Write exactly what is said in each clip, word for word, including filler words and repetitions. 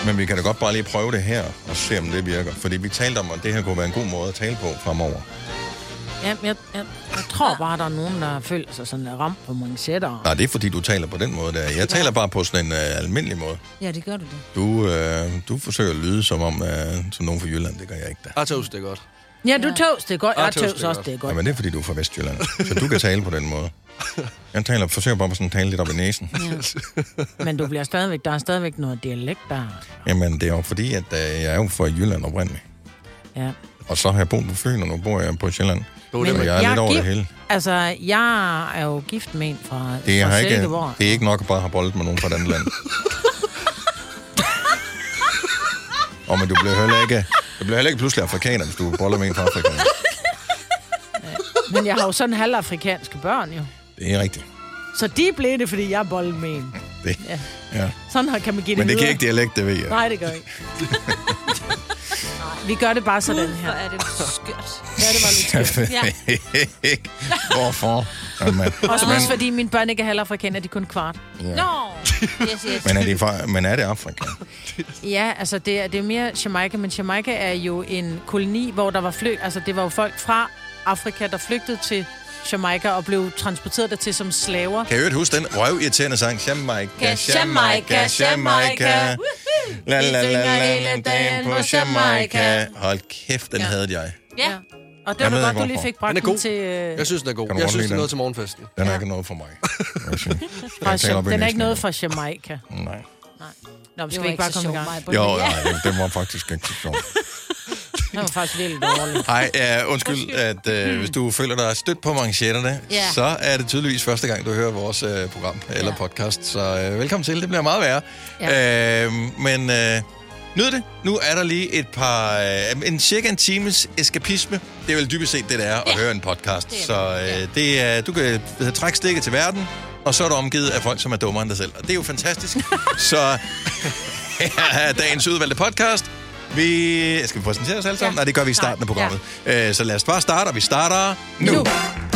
Men vi kan da godt bare lige prøve det her, og se om det virker. Fordi vi talte om, at det her kunne være en god måde at tale på fremover. Ja, jeg, jeg, jeg tror bare, der er nogen, der føler sig sådan ramt på manchetter. Nej, det er fordi, du taler på den måde der. Jeg taler bare på sådan en uh, almindelig måde. Ja, det gør du det. Du, uh, du forsøger at lyde som om, uh, som nogen fra Jylland. Det gør jeg ikke da. Artos, det er godt. Ja, du tøvs, det er godt. Jeg Artos, tøvs det er også, godt. det er godt. Ja, men det er fordi, du er fra Vestjylland. Så du kan tale på den måde. Jeg taler, forsøger bare på sådan at tale lidt op i næsen. Ja. Men du bliver stadigvæk, der er stadigvæk noget dialekt der. Jamen, det er jo fordi, at uh, jeg er jo fra Jylland oprindeligt. Ja. Og så har jeg boet på Fyn, og nu bor jeg på Sjælland. Men og jeg er jeg lidt over gift, det hele. Altså, jeg er jo gift med en fra, Det er, fra ikke, Silkeborg. det er ikke nok at bare have boldet med nogen fra et andet land. Og men du bliver heller ikke, du bliver heller ikke pludselig afrikaner, hvis du boller med en fra Afrika. Men jeg har jo sådan halvafrikanske børn, jo. Det er rigtigt. Så de blev det, fordi jeg bollede med en. Det, Ja. ja. Sådan her kan man give det Men det videre. kan ikke dialekt, det ved jeg. Nej, det gør ikke. Vi gør det bare sådan her. Hvor er det skørt. Ja, det var lidt skørt. Ja. Hvorfor? Jamen, Også men, fordi mine børn ikke er halvafrikaner, de er kun kvart. ja. Nå, yes, yes. Men er det, fra, men er det Afrika? Ja, altså det er, det er mere Jamaica, men Jamaica er jo en koloni, hvor der var flygt, altså det var jo folk fra Afrika, der flygtede til Jamaica og blev transporteret dertil som slaver. Kan jeg jo huske den røvirriterende sang? Jamaica, Jamaica, Jamaica. La la la Vi synger la hele la dagen på på Jamaica. Jamaica. Hold kæft, den Ja. havde jeg. Ja. Og det Jeg var ved godt, ikke, du lige hvorfor. fik bragt Den er den god. til... Øh, Jeg synes, den er god. Kan du Jeg godt synes, lide det er den? noget til morgenfesten. Den er Ja. ikke noget for mig. vil jeg sige. fra, Jeg taler op i den er næsen. ikke noget fra Jamaica. Nej. Nå, vi Det skal var ikke ikke bare så komme i sjovt, gang. mig. Jo, nej, det, det var faktisk ikke så sjovt. Det var faktisk lidt dårligt. Hej, uh, undskyld, at uh, hvis du føler dig stødt på manchetterne, Ja. så er det tydeligvis første gang, du hører vores uh, program eller Ja. podcast. Så uh, velkommen til, det bliver meget værre. Ja. Uh, men uh, nyd det. Nu er der lige et par, uh, en cirka en times eskapisme. Det er vel dybest set det, det er at Ja. høre en podcast. Det er Så uh, det, ja. det er, du kan uh, trække stikket til verden, og så er du omgivet af folk, som er dummere end dig selv. Og det er jo fantastisk. Så her er dagens udvalgte podcast. Vi... Skal vi præsentere os alle sammen? Ja. Nej, det gør vi i starten af programmet. Ja. Så lad os bare starte, og vi starter nu. nu.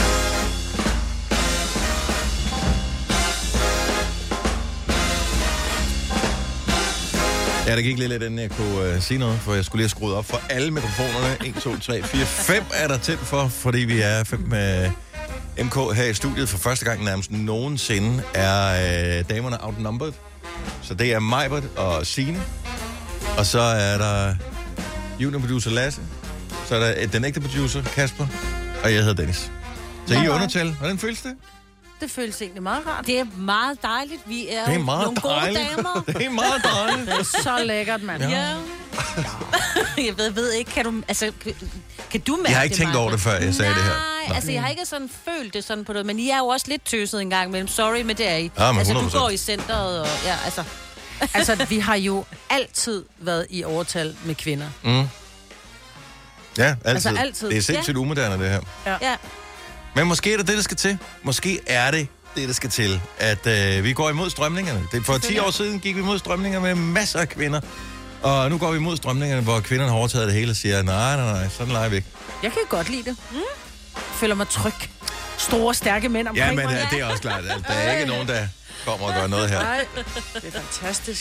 Ja, der gik lige lidt, inden jeg kunne uh, sige noget, for jeg skulle lige have skruet op for alle mikrofonerne. en, to, tre, fire, fem er der tændt for, fordi vi er fem med M K her i studiet. For første gang nærmest nogensinde er uh, damerne outnumbered. Så det er Majbert og Signe. Og så er der juniorproducer Lasse. Så er der den ægte producer Kasper. Og jeg hedder Dennis. Så I er undertal. Hvordan føles det? Det føles egentlig meget rart. Det er meget dejligt. Vi er, Det er jo meget nogle dejligt. gode damer. Det er meget dejligt. Det er så lækkert, mand. Ja. Ja. Jeg ved, ved ikke, kan du, altså, kan, kan du mærke Jeg har ikke det, tænkt over det, før jeg sagde Nej, det her. Nej, altså jeg har ikke sådan følt det sådan på noget, men I er jo også lidt tøset en gang imellem. Sorry, men det er I. Ja, men altså, hundrede du procent. går i centret, og ja, altså... Altså, vi har jo altid været i overtal med kvinder. Mm. Ja, altid. Altså, altid. Det er sindssygt ja. umoderne, det her. Ja. Men måske er det det, der skal til. Måske er det det, der skal til, at øh, vi går imod strømningerne. Det, for ti år siden gik vi imod strømninger med masser af kvinder. Og nu går vi imod strømningerne, hvor kvinderne har overtaget det hele og siger, nej, nej, nej, sådan leger vi ikke. Jeg kan godt lide det. Mm. Føler mig tryg. Store, stærke mænd omkring Ja, men mig. øh, det er også klart. at Der er ikke nogen, der kommer og gør noget her. Nej, det er fantastisk.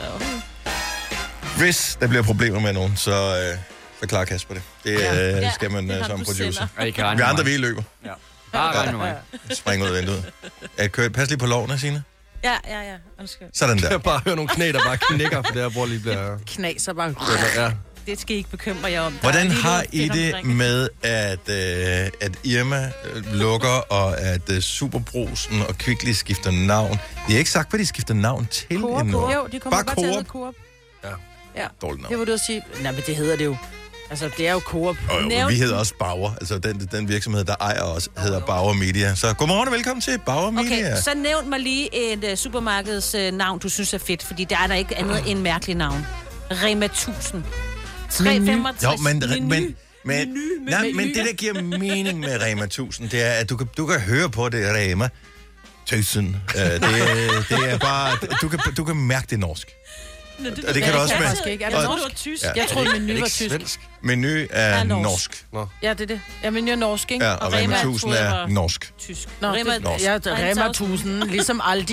Hvis der bliver problemer med nogen, så, øh, så klarer Kasper det. Det øh, Ja, skal man det er øh, ham, som du producer. sender. Ja, I kan regne Vi med andre, mig. vi løber. Ja. Bare regne med mig. Spring ud af vinduet. Ja, kør, pas lige på loven, Signe. Ja, ja, ja. Undskyld. Sådan der. Jeg bare hører nogle knæ, der bare knækker, for det her, hvor lige bliver... Knaser bare. Ja. Det skal I ikke bekymre jer om. Der er Hvordan lige har noget I fedt det omkring. med, at, øh, at Irma øh, lukker, og at øh, Superbrusen og Kvickly skifter navn? De har ikke sagt, hvad de skifter navn til Coop, endnu. jo, de kommer Bare bare til at Coop. hedde Coop. Ja. Ja, Dårligt navn. det var du at sige. Nej, men det hedder det jo. Altså, det er jo Coop. Og jo, Nævn- vi hedder også Bauer. Altså den, den virksomhed, der ejer os, hedder Bauer Media. Så godmorgen og velkommen til Bauer Media. Okay, så nævn mig lige et uh, supermarkeds uh, navn, du synes er fedt, fordi der er der ikke andet end mærkeligt navn. Rema tusind. tre komma femogtres. Jo, men, Menu. men, men, Menu med nej, menu. men det, der giver mening med Rema tusind, det er, at du kan, du kan høre på det, Rema tusind. Uh, det, det er bare, du kan, du kan mærke det norsk. Nå, det, Og det kan du også jeg med. faktisk ikke. Er det Og- norsk? Du er tysk. Ja. Jeg troede, Er menu det var ikke tysk. svensk? Menu er, Er norsk. norsk. Nå. Ja, det er det. Ja, menu er norsk, ikke? Ja, og Og Rema Rema tusind troede jeg er var- norsk. Tysk. Nå, Rema, det, norsk. ja, Og Rema tusind, ligesom Aldi.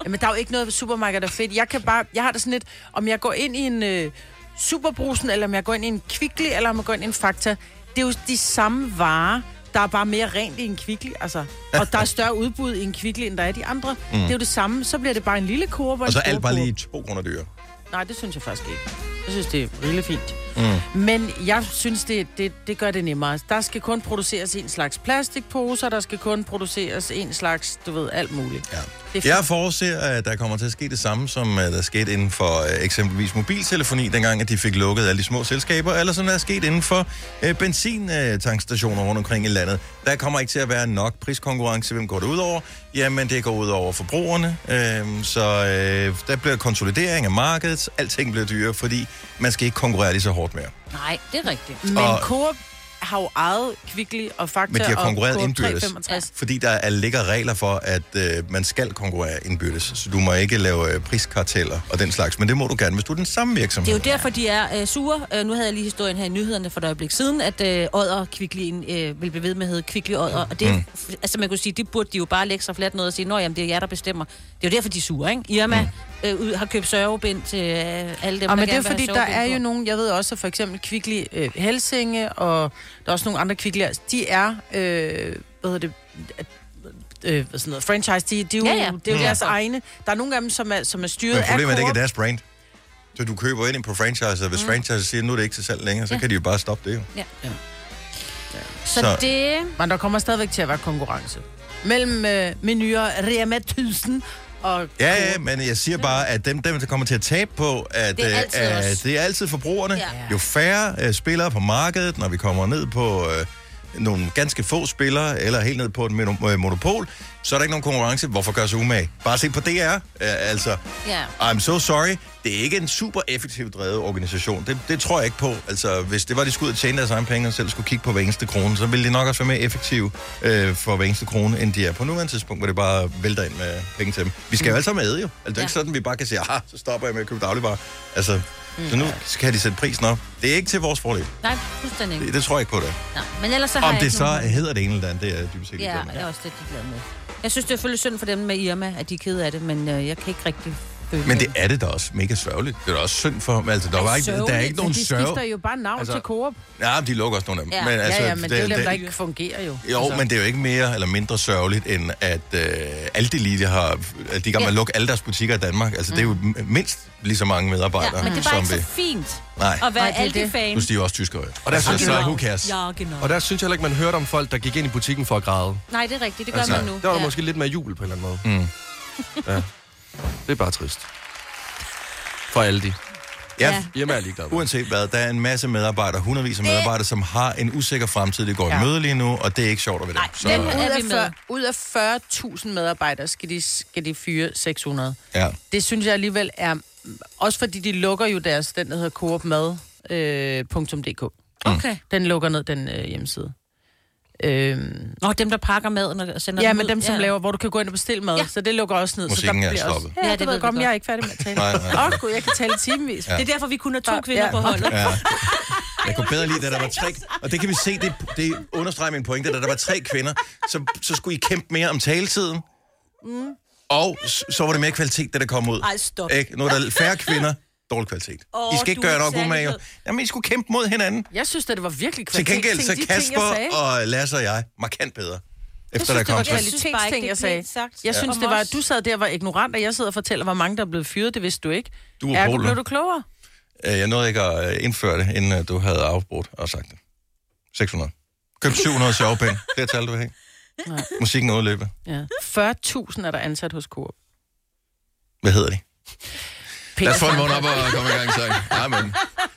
Men der er jo ikke noget ved supermarkeder, der er fedt. Jeg kan bare, jeg har det sådan lidt, om jeg går ind i en øh, Superbrusen, eller om jeg går ind i en Kvickly, eller om jeg går ind i en Fakta. Det er jo de samme varer, der er bare mere rent i en Kvickly, altså. Og der er større udbud i en Kvickly, end der er i de andre. Mm. Det er jo det samme. Så bliver det bare en lille Coop og, og så er alt bare lige to kroner dyre. Nej, det synes jeg faktisk ikke. Jeg synes, det er rigtig fint. Mm. Men jeg synes, det, det, det gør det nemmere. Der skal kun produceres en slags plastikposer, der skal kun produceres en slags, du ved, alt muligt. Ja. Jeg forudser, at der kommer til at ske det samme, som uh, der skete inden for uh, eksempelvis mobiltelefoni, dengang at de fik lukket alle de små selskaber, eller som der er sket inden for uh, benzintankstationer rundt omkring i landet. Der kommer ikke til at være nok priskonkurrence. Hvem går det ud over? Jamen, det går ud over forbrugerne. Uh, så uh, der bliver konsolidering af markedet. Alting bliver dyrere, fordi man skal ikke konkurrere lige så hårdt mere. Nej, det er rigtigt. Men Og- Coop har jo ejet Kvickly og Fakta Men de har og konkurreret Coop indbyrdes, tre komma femogtres. fordi der er, ligger regler for, at øh, man skal konkurrere indbyrdes. Så du må ikke lave øh, priskarteller og den slags, men det må du gerne, hvis du er den samme virksomhed. Det er jo derfor, de er øh, sure. Øh, nu havde jeg lige historien her i nyhederne for et øjeblik siden, at øh, Odder Kvickly øh, vil blive ved med at hedde Kvickly Odder. Og det, mm. altså man kunne sige, det burde de jo bare lægge sig fladt noget og sige, nå jamen, det er jer, der bestemmer. Det er jo derfor, de er sure, ikke? Irma mm. øh, ud, har købt sørgebind til øh, alle dem, Og der men det er gerne vil fordi, have der sørgebind er på. jo nogen, jeg ved også, for eksempel Kvickly øh, Helsinge, og der er også nogle andre Kvickly'er, de er, øh, hvad hedder det, øh, hvad sådan noget, franchise, de, de er jo, Ja, ja. det er jo Mm. deres egne. Der er nogle af dem, som er, som er styret Men af problemet er, at det ikke Coop. er deres brand. Så du køber ind på franchise, og hvis mm. franchise siger, nu er det ikke til salg længere, så Ja. kan de jo bare stoppe det jo. Ja. Ja. Så, Så- så det... Men der kommer stadigvæk til at være konkurrence. Mellem øh, Menyr, Rema tusind og Ja, ja, men jeg siger bare, at dem, dem der kommer til at tabe på, at Det er øh, altid at os. det er altid forbrugerne. Ja. Jo færre øh, spillere på markedet, når vi kommer ned på øh, nogle ganske få spillere, eller helt ned på et mono- øh, monopol, så er der ikke nogen konkurrence. Hvorfor gøre sig umage? Bare se på D R. Øh, altså, Ja. I'm so sorry. Det er ikke en super effektivt drevet organisation. Det, det tror jeg ikke på. Altså, hvis det var, de skulle ud og tjene deres egen penge og selv skulle kigge på hver eneste krone, så ville de nok også være mere effektive øh, for hver eneste krone, end de er på nuværende tidspunkt, hvor det bare vælter ind med penge til dem. Vi skal jo alle sammen æde jo. Altså, det er Ja. ikke sådan, vi bare kan sige, ah, så stopper jeg med at købe dagligvarer. Altså, så nu skal de sætte prisen op. Det er ikke til vores fordel. Nej, fuldstændig ikke. Det, det tror jeg ikke på det. Nej, men ellers så har Om jeg det ikke så nogen- hedder det ene eller andet, det er jeg dybest set Ja, ligeglad med. jeg er også lidt glad med. Jeg synes, det er selvfølgelig synd for dem med Irma, at de er kede af det, men øh, jeg kan ikke rigtig føle Men det er det da også mega sørgeligt. Det er da også synd for dem. Altså, der, Ej, var ikke, der er sørgeligt, ikke nogen de sørg. skifter jo bare navn Altså- til Coop. Ja, de lukker også nogle af dem. Ja. Men, Ja, altså, ja, men det er jo dem, der ikke fungerer jo. Jo, Altså. men det er jo ikke mere eller mindre sørgeligt, end at øh, Aldi lige har... At de er gang med at Ja. lukke alle deres butikker i Danmark. Altså, mm. det er jo m- mindst lige så mange medarbejdere, Ja, men det er bare ikke som så vi... fint Nej, at Nej, være det er det. Aldi-fan. nu stiger jo også tyskere. Og der så, synes så jeg- who cares? Ja, genau. Og der synes jeg heller ikke, man hørte om folk, der gik ind i butikken for at græde. Nej, det er rigtigt. Det gør Altså, man nu. der var der Ja. måske lidt mere jubel på en eller anden måde. Mm. Ja. Det er bare trist. For alle de. Ja, Ja. Hjemme er jeg ligeglad med. uanset hvad, der er en masse medarbejdere, hundredvis af medarbejdere, som har en usikker fremtid. Det går Ja. i møde lige nu, og det er ikke sjovt at være Nej, det. Så, men- Ud Er af, vi med? fyrre, ud af fyrre tusind medarbejdere skal de, skal de fyre seks hundrede. ja. Det synes jeg alligevel er... Også fordi de lukker jo deres, den der hedder coopmad punktum d k. Okay. Den lukker ned, den øh, hjemmeside. Øhm, Nå, dem, der pakker maden og sender ja, den men ud. dem, som laver, hvor du kan gå ind og bestille mad, Ja. ja. så det lukker også ned. Musikken så er der bliver stoppet. Også, ja, Ja, ja, det det ved ved vi godt, men godt. jeg er ikke færdig med at tale. Nej, nej. Åh, oh, gud, jeg kan tale timevis. Det er derfor, vi kun er to Ja. kvinder Ja. på holdet. Ja. Jeg kunne bedre lide, at der var tre... Og det kan vi se, det, det understreger min pointe, da der var tre kvinder, så, så skulle I kæmpe mere om taletiden. Mm. Og s- så var det mere kvalitet, da det kom ud. Ej, stop. Ikke? Nu er der færre kvinder, dårlig kvalitet. Åh, I skal ikke du er gøre nok umage. særlighed. Jamen, I skulle kæmpe mod hinanden. Jeg synes, at det var virkelig Til kvalitet. gengæld, så de ting, jeg Kasper sagde. og Lasse og jeg, markant bedre. Efter synes, der kom det var til. kvalitet. synes bare ikke, kvalitetsting, det er jeg sagde. pænt sagt. Jeg Ja. synes, Om det var, os. at du sad der og var ignorant, og jeg sidder og fortæller, hvor mange der er blevet fyret. Det vidste du ikke. Du var Ergo poler. blev du klogere. Øh, Jeg nåede ikke at øh, indføre det, inden øh, du havde afbrudt og sagt det. seks hundrede. Køb syv hundrede sjovepenge. Det er tal, du vil have. Nej. Musikken er udløbet. Ja. fyrre tusind er der ansat hos Coop. Hvad hedder de? Peter Lad os få en måned op og komme i gang, så. Ja, men.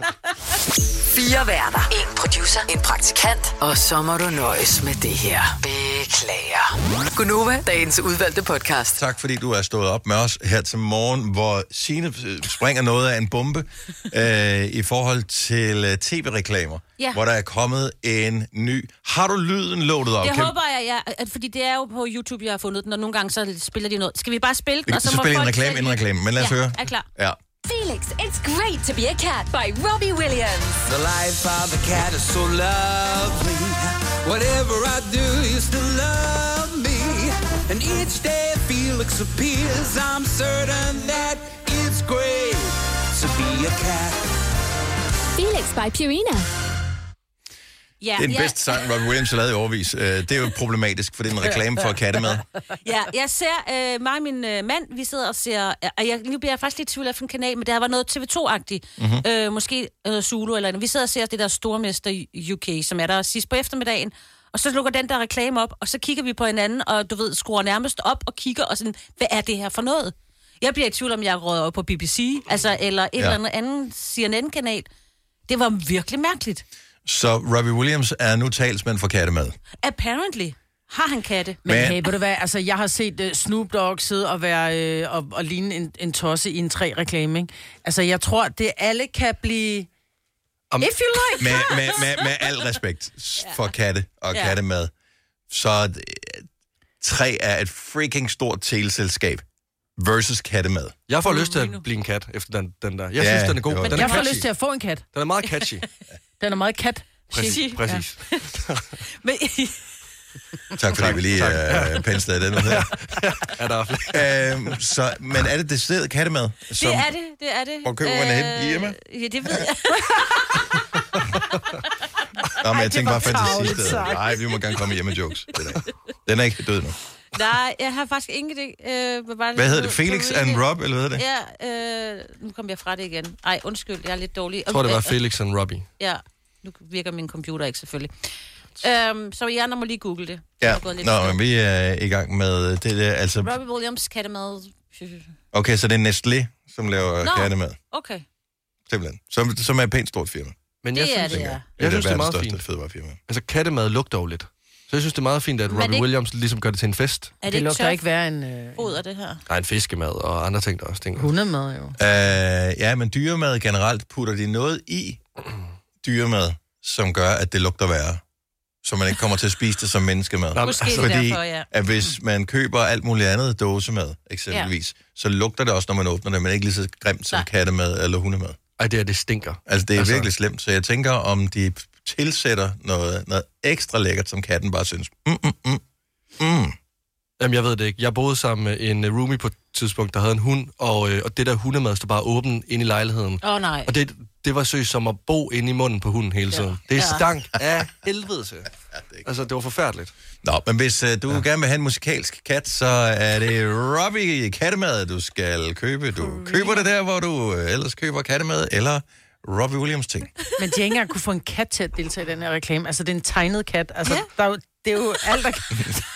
Fire værter. En producer. En praktikant. Og så må du nøjes med det her. Beklager. Gunova, dagens udvalgte podcast. Tak fordi du er stået op med os her til morgen, hvor Signe øh, springer noget af en bombe øh, i forhold til øh, tv-reklamer, Ja. hvor der er kommet en ny. Har du lyden loadet op? Det Kan- håber jeg, ja, at, fordi det er jo på YouTube, jeg har fundet den, og nogle gange så spiller de noget. Skal vi bare spille den, og så, så må spiller en folk reklame selv- inden reklame, men lad os ja, høre. er klar. Ja. Felix, it's great to be a cat by Robbie Williams. The life of a cat is so lovely. Whatever I do, you still love me. And each day Felix appears, I'm certain that it's great to be a cat. Felix by Purina. Ja, Det er den ja. bedste sang, Robbie Williams har lavet i overvis. Det er jo problematisk, for det er en reklame for kattemad. Ja, jeg ser, øh, mig og min øh, mand, vi sidder og ser, øh, og jeg, nu bliver jeg faktisk lidt i tvivl af en kanal, men der var noget T V to-agtigt. Mm-hmm. Øh, måske øh, Zulu eller noget. Vi sidder og ser det der Stormester U K, som er der sidst på eftermiddagen, og så lukker den der reklame op, og så kigger vi på hinanden, og du ved, skruer nærmest op og kigger, og sådan, hvad er det her for noget? Jeg bliver i tvivl om, jeg er røget op på B B C, altså, eller et ja. eller andet anden C N N-kanal. Det var virkelig mærkeligt. Så Robbie Williams er nu talsmand for kattemad. Apparently har han katte. Men Men- hey, ved du hvad, altså jeg har set uh, Snoop Dogg sidde og, være, uh, og, og ligne en, en tosse i en træ-reklame, ikke? Altså jeg tror, det alle kan blive... Om- If you like. Med, med, med, med al respekt for katte og Ja. kattemad, så øh, træ er et freaking stort teleselskab versus kattemad. Jeg får lyst til at blive en kat efter den, den der. Jeg Ja, synes, den er god. jo. Den Men er Jeg får catchy. lyst til at få en kat. Den er meget catchy. Den er meget kat. Præcis. Præcis. Men, Tak fordi vi lige øh, pensede den ud her. Er der flere? Øhm, så, men er det decideret kattemad? Som, det er det, det er det. Hvor køber man det hen? I Irma? Ja, det ved jeg. Nå, men jeg det tænker var bare tarveligt fantasisted. sagt. Nej, vi må gerne komme hjemme med jokes. Den er, den er ikke død nu. Nej, jeg har faktisk ingen idé. Øh, hvad Hvad hedder det? Felix and Rob, eller hvad hedder det? Ja, øh, nu kom jeg fra det igen. Ej, undskyld, jeg er lidt dårlig. Jeg tror, det var Felix and Robbie. Ja, nu virker min computer ikke selvfølgelig. Øhm, så I andre må lige google det. Ja, Jeg er gået lidt nå, stille. men vi er i gang med det der, altså... Robbie Williams, kattemad. Okay, så det er Nestlé, som laver Nå. kattemad. Okay, Simpelthen. Som, som er et pænt stort firma. Men jeg det er synes, det, tænker ja. jeg. Jeg synes, det er verdens meget største fint. fødevarefirma. Altså, kattemad lugter jo lidt. Så jeg synes, det er meget fint, at Men Robbie ikke- Williams ligesom gør det til en fest. Er det, Det ikke lugter tørt ikke værre end øh, foder, det her? Der er en fiskemad og andre ting, der også tænker. hundemad, jo. Uh, ja, men dyremad generelt putter de noget i dyremad, som gør, at det lugter værre. Så man ikke kommer til at spise det som menneskemad. Nå, Måske altså, det er Fordi derfor, ja. at hvis man køber alt muligt andet dåsemad, eksempelvis, ja. så lugter det også, når man åbner det, men ikke lige så grimt som Nej. kattemad eller hundemad. Ej, det er det stinker. Altså, det er Altså- altså... virkelig slemt. Så jeg tænker, om de tilsætter noget, noget ekstra lækkert, som katten bare synes. Mm, mm, mm. Mm. Jamen, jeg ved det ikke. Jeg boede sammen med en uh, roomie på et tidspunkt, der havde en hund, og, uh, og det der hundemad stod bare åben inde i lejligheden. Åh, oh, nej. Og det, det var søgt som at bo inde i munden på hunden hele tiden. Ja. Det Ja. stank af helvede til. Altså, det var forfærdeligt. Nå, men hvis uh, du ja. gerne vil have en musikalsk kat, så er det Robbie kattemad, du skal købe. Du køber det der, hvor du uh, ellers køber kattemad, eller Robbie Williams ting. Men de har ikke engang kunne få en kat til at deltage i den her reklame. Altså, det er en tegnet kat. Altså, ja. der er jo, det er jo alt, der kan...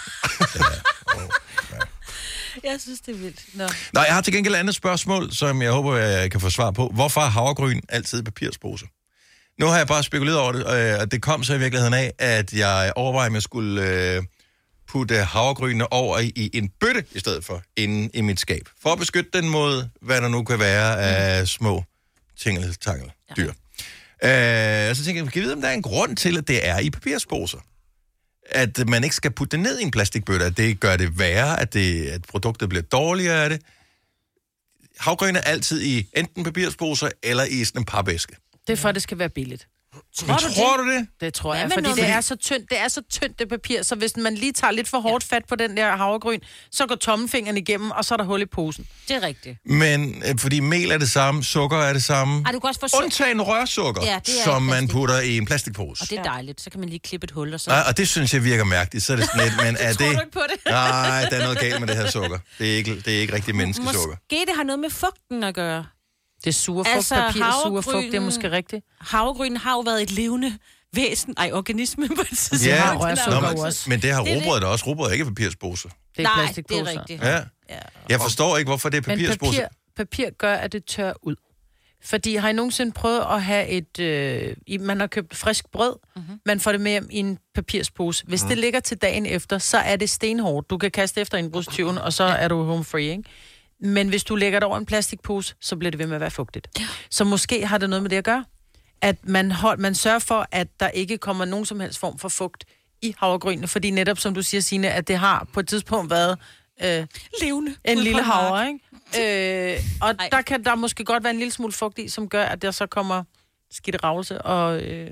Jeg synes, det er vildt. Nå. Nå, jeg har til gengæld et andet spørgsmål, som jeg håber, jeg kan få svar på. Hvorfor er havregryn altid i papirspose? Nu har jeg bare spekuleret over det, øh, og det kom så i virkeligheden af, at jeg overvejede, om jeg skulle øh, putte havregrynene over i, i en bøtte i stedet for, inde i mit skab. For at beskytte den mod, hvad der nu kan være af små tingeltangel dyr. Øh, og så tænker jeg, kan jeg vide, om der er en grund til, at det er i papirsposer? At man ikke skal putte det ned i en plastikbøtte, at det gør det værre, at, det, at produktet bliver dårligere af det. Havgryn er altid i enten papirsposer eller i sådan en papæske. Det er for, at det skal være billigt. Tror, du, tror du det? Det tror Hvad jeg, med fordi noget det med- er så tyndt, det er så tyndt det papir, så hvis man lige tager lidt for hårdt fat på den der havregryn, så går tommelfingeren igennem, og så er der hul i posen. Det er rigtigt. Men øh, fordi mel er det samme, sukker er det samme. Ej, du kan også få sukker. Undtagen rørsukker, Ja, det er som i man plastik. putter i en plastikpose. Og det er dejligt. Så kan man lige klippe et hul, og så... Nej, og det synes jeg virker mærkeligt. Så er det sådan lidt, men er Tror det... du ikke på det? Nej, der er noget galt med det her sukker. Det er ikke, det er ikke rigtig menneskesukker. Måske det har noget med fugten at gøre. Det er surfugt, Altså, altså, papir og surfugt, det er havregryn- måske rigtigt. Havregrynen har jo været et levende væsen, ej, organisme på et tidspunkt. Ja, har Den er rørsukker jo jo vokset. også. men det har Det er det. robrød da også. Robrød er ikke papirsposer. Det er Nej, det plastikposer. er rigtigt. Ja. Ja. Jeg forstår ikke, hvorfor det er Men papirsposer. papir, papir gør, at det tør ud. Fordi har I nogensinde prøvet at have et... Øh, i- man har købt frisk brød, mm-hmm. man får det med hjem i en papirspose. Hvis mm. det ligger til dagen efter, så er det stenhårdt. Du kan kaste efter indbrudstyven, og så er du home free, ikke? Men hvis du lægger det over en plastikpose, så bliver det ved med at være fugtigt. Ja. Så måske har det noget med det at gøre. At man, hold, man sørger for, at der ikke kommer nogen som helst form for fugt i havregrynene. Fordi netop, som du siger, Signe, at det har på et tidspunkt været øh, Levende. en Ude lille på mark. havre, ikke? Øh, og Ej. der kan der måske godt være en lille smule fugt i, som gør, at der så kommer skidt ravelse og øh,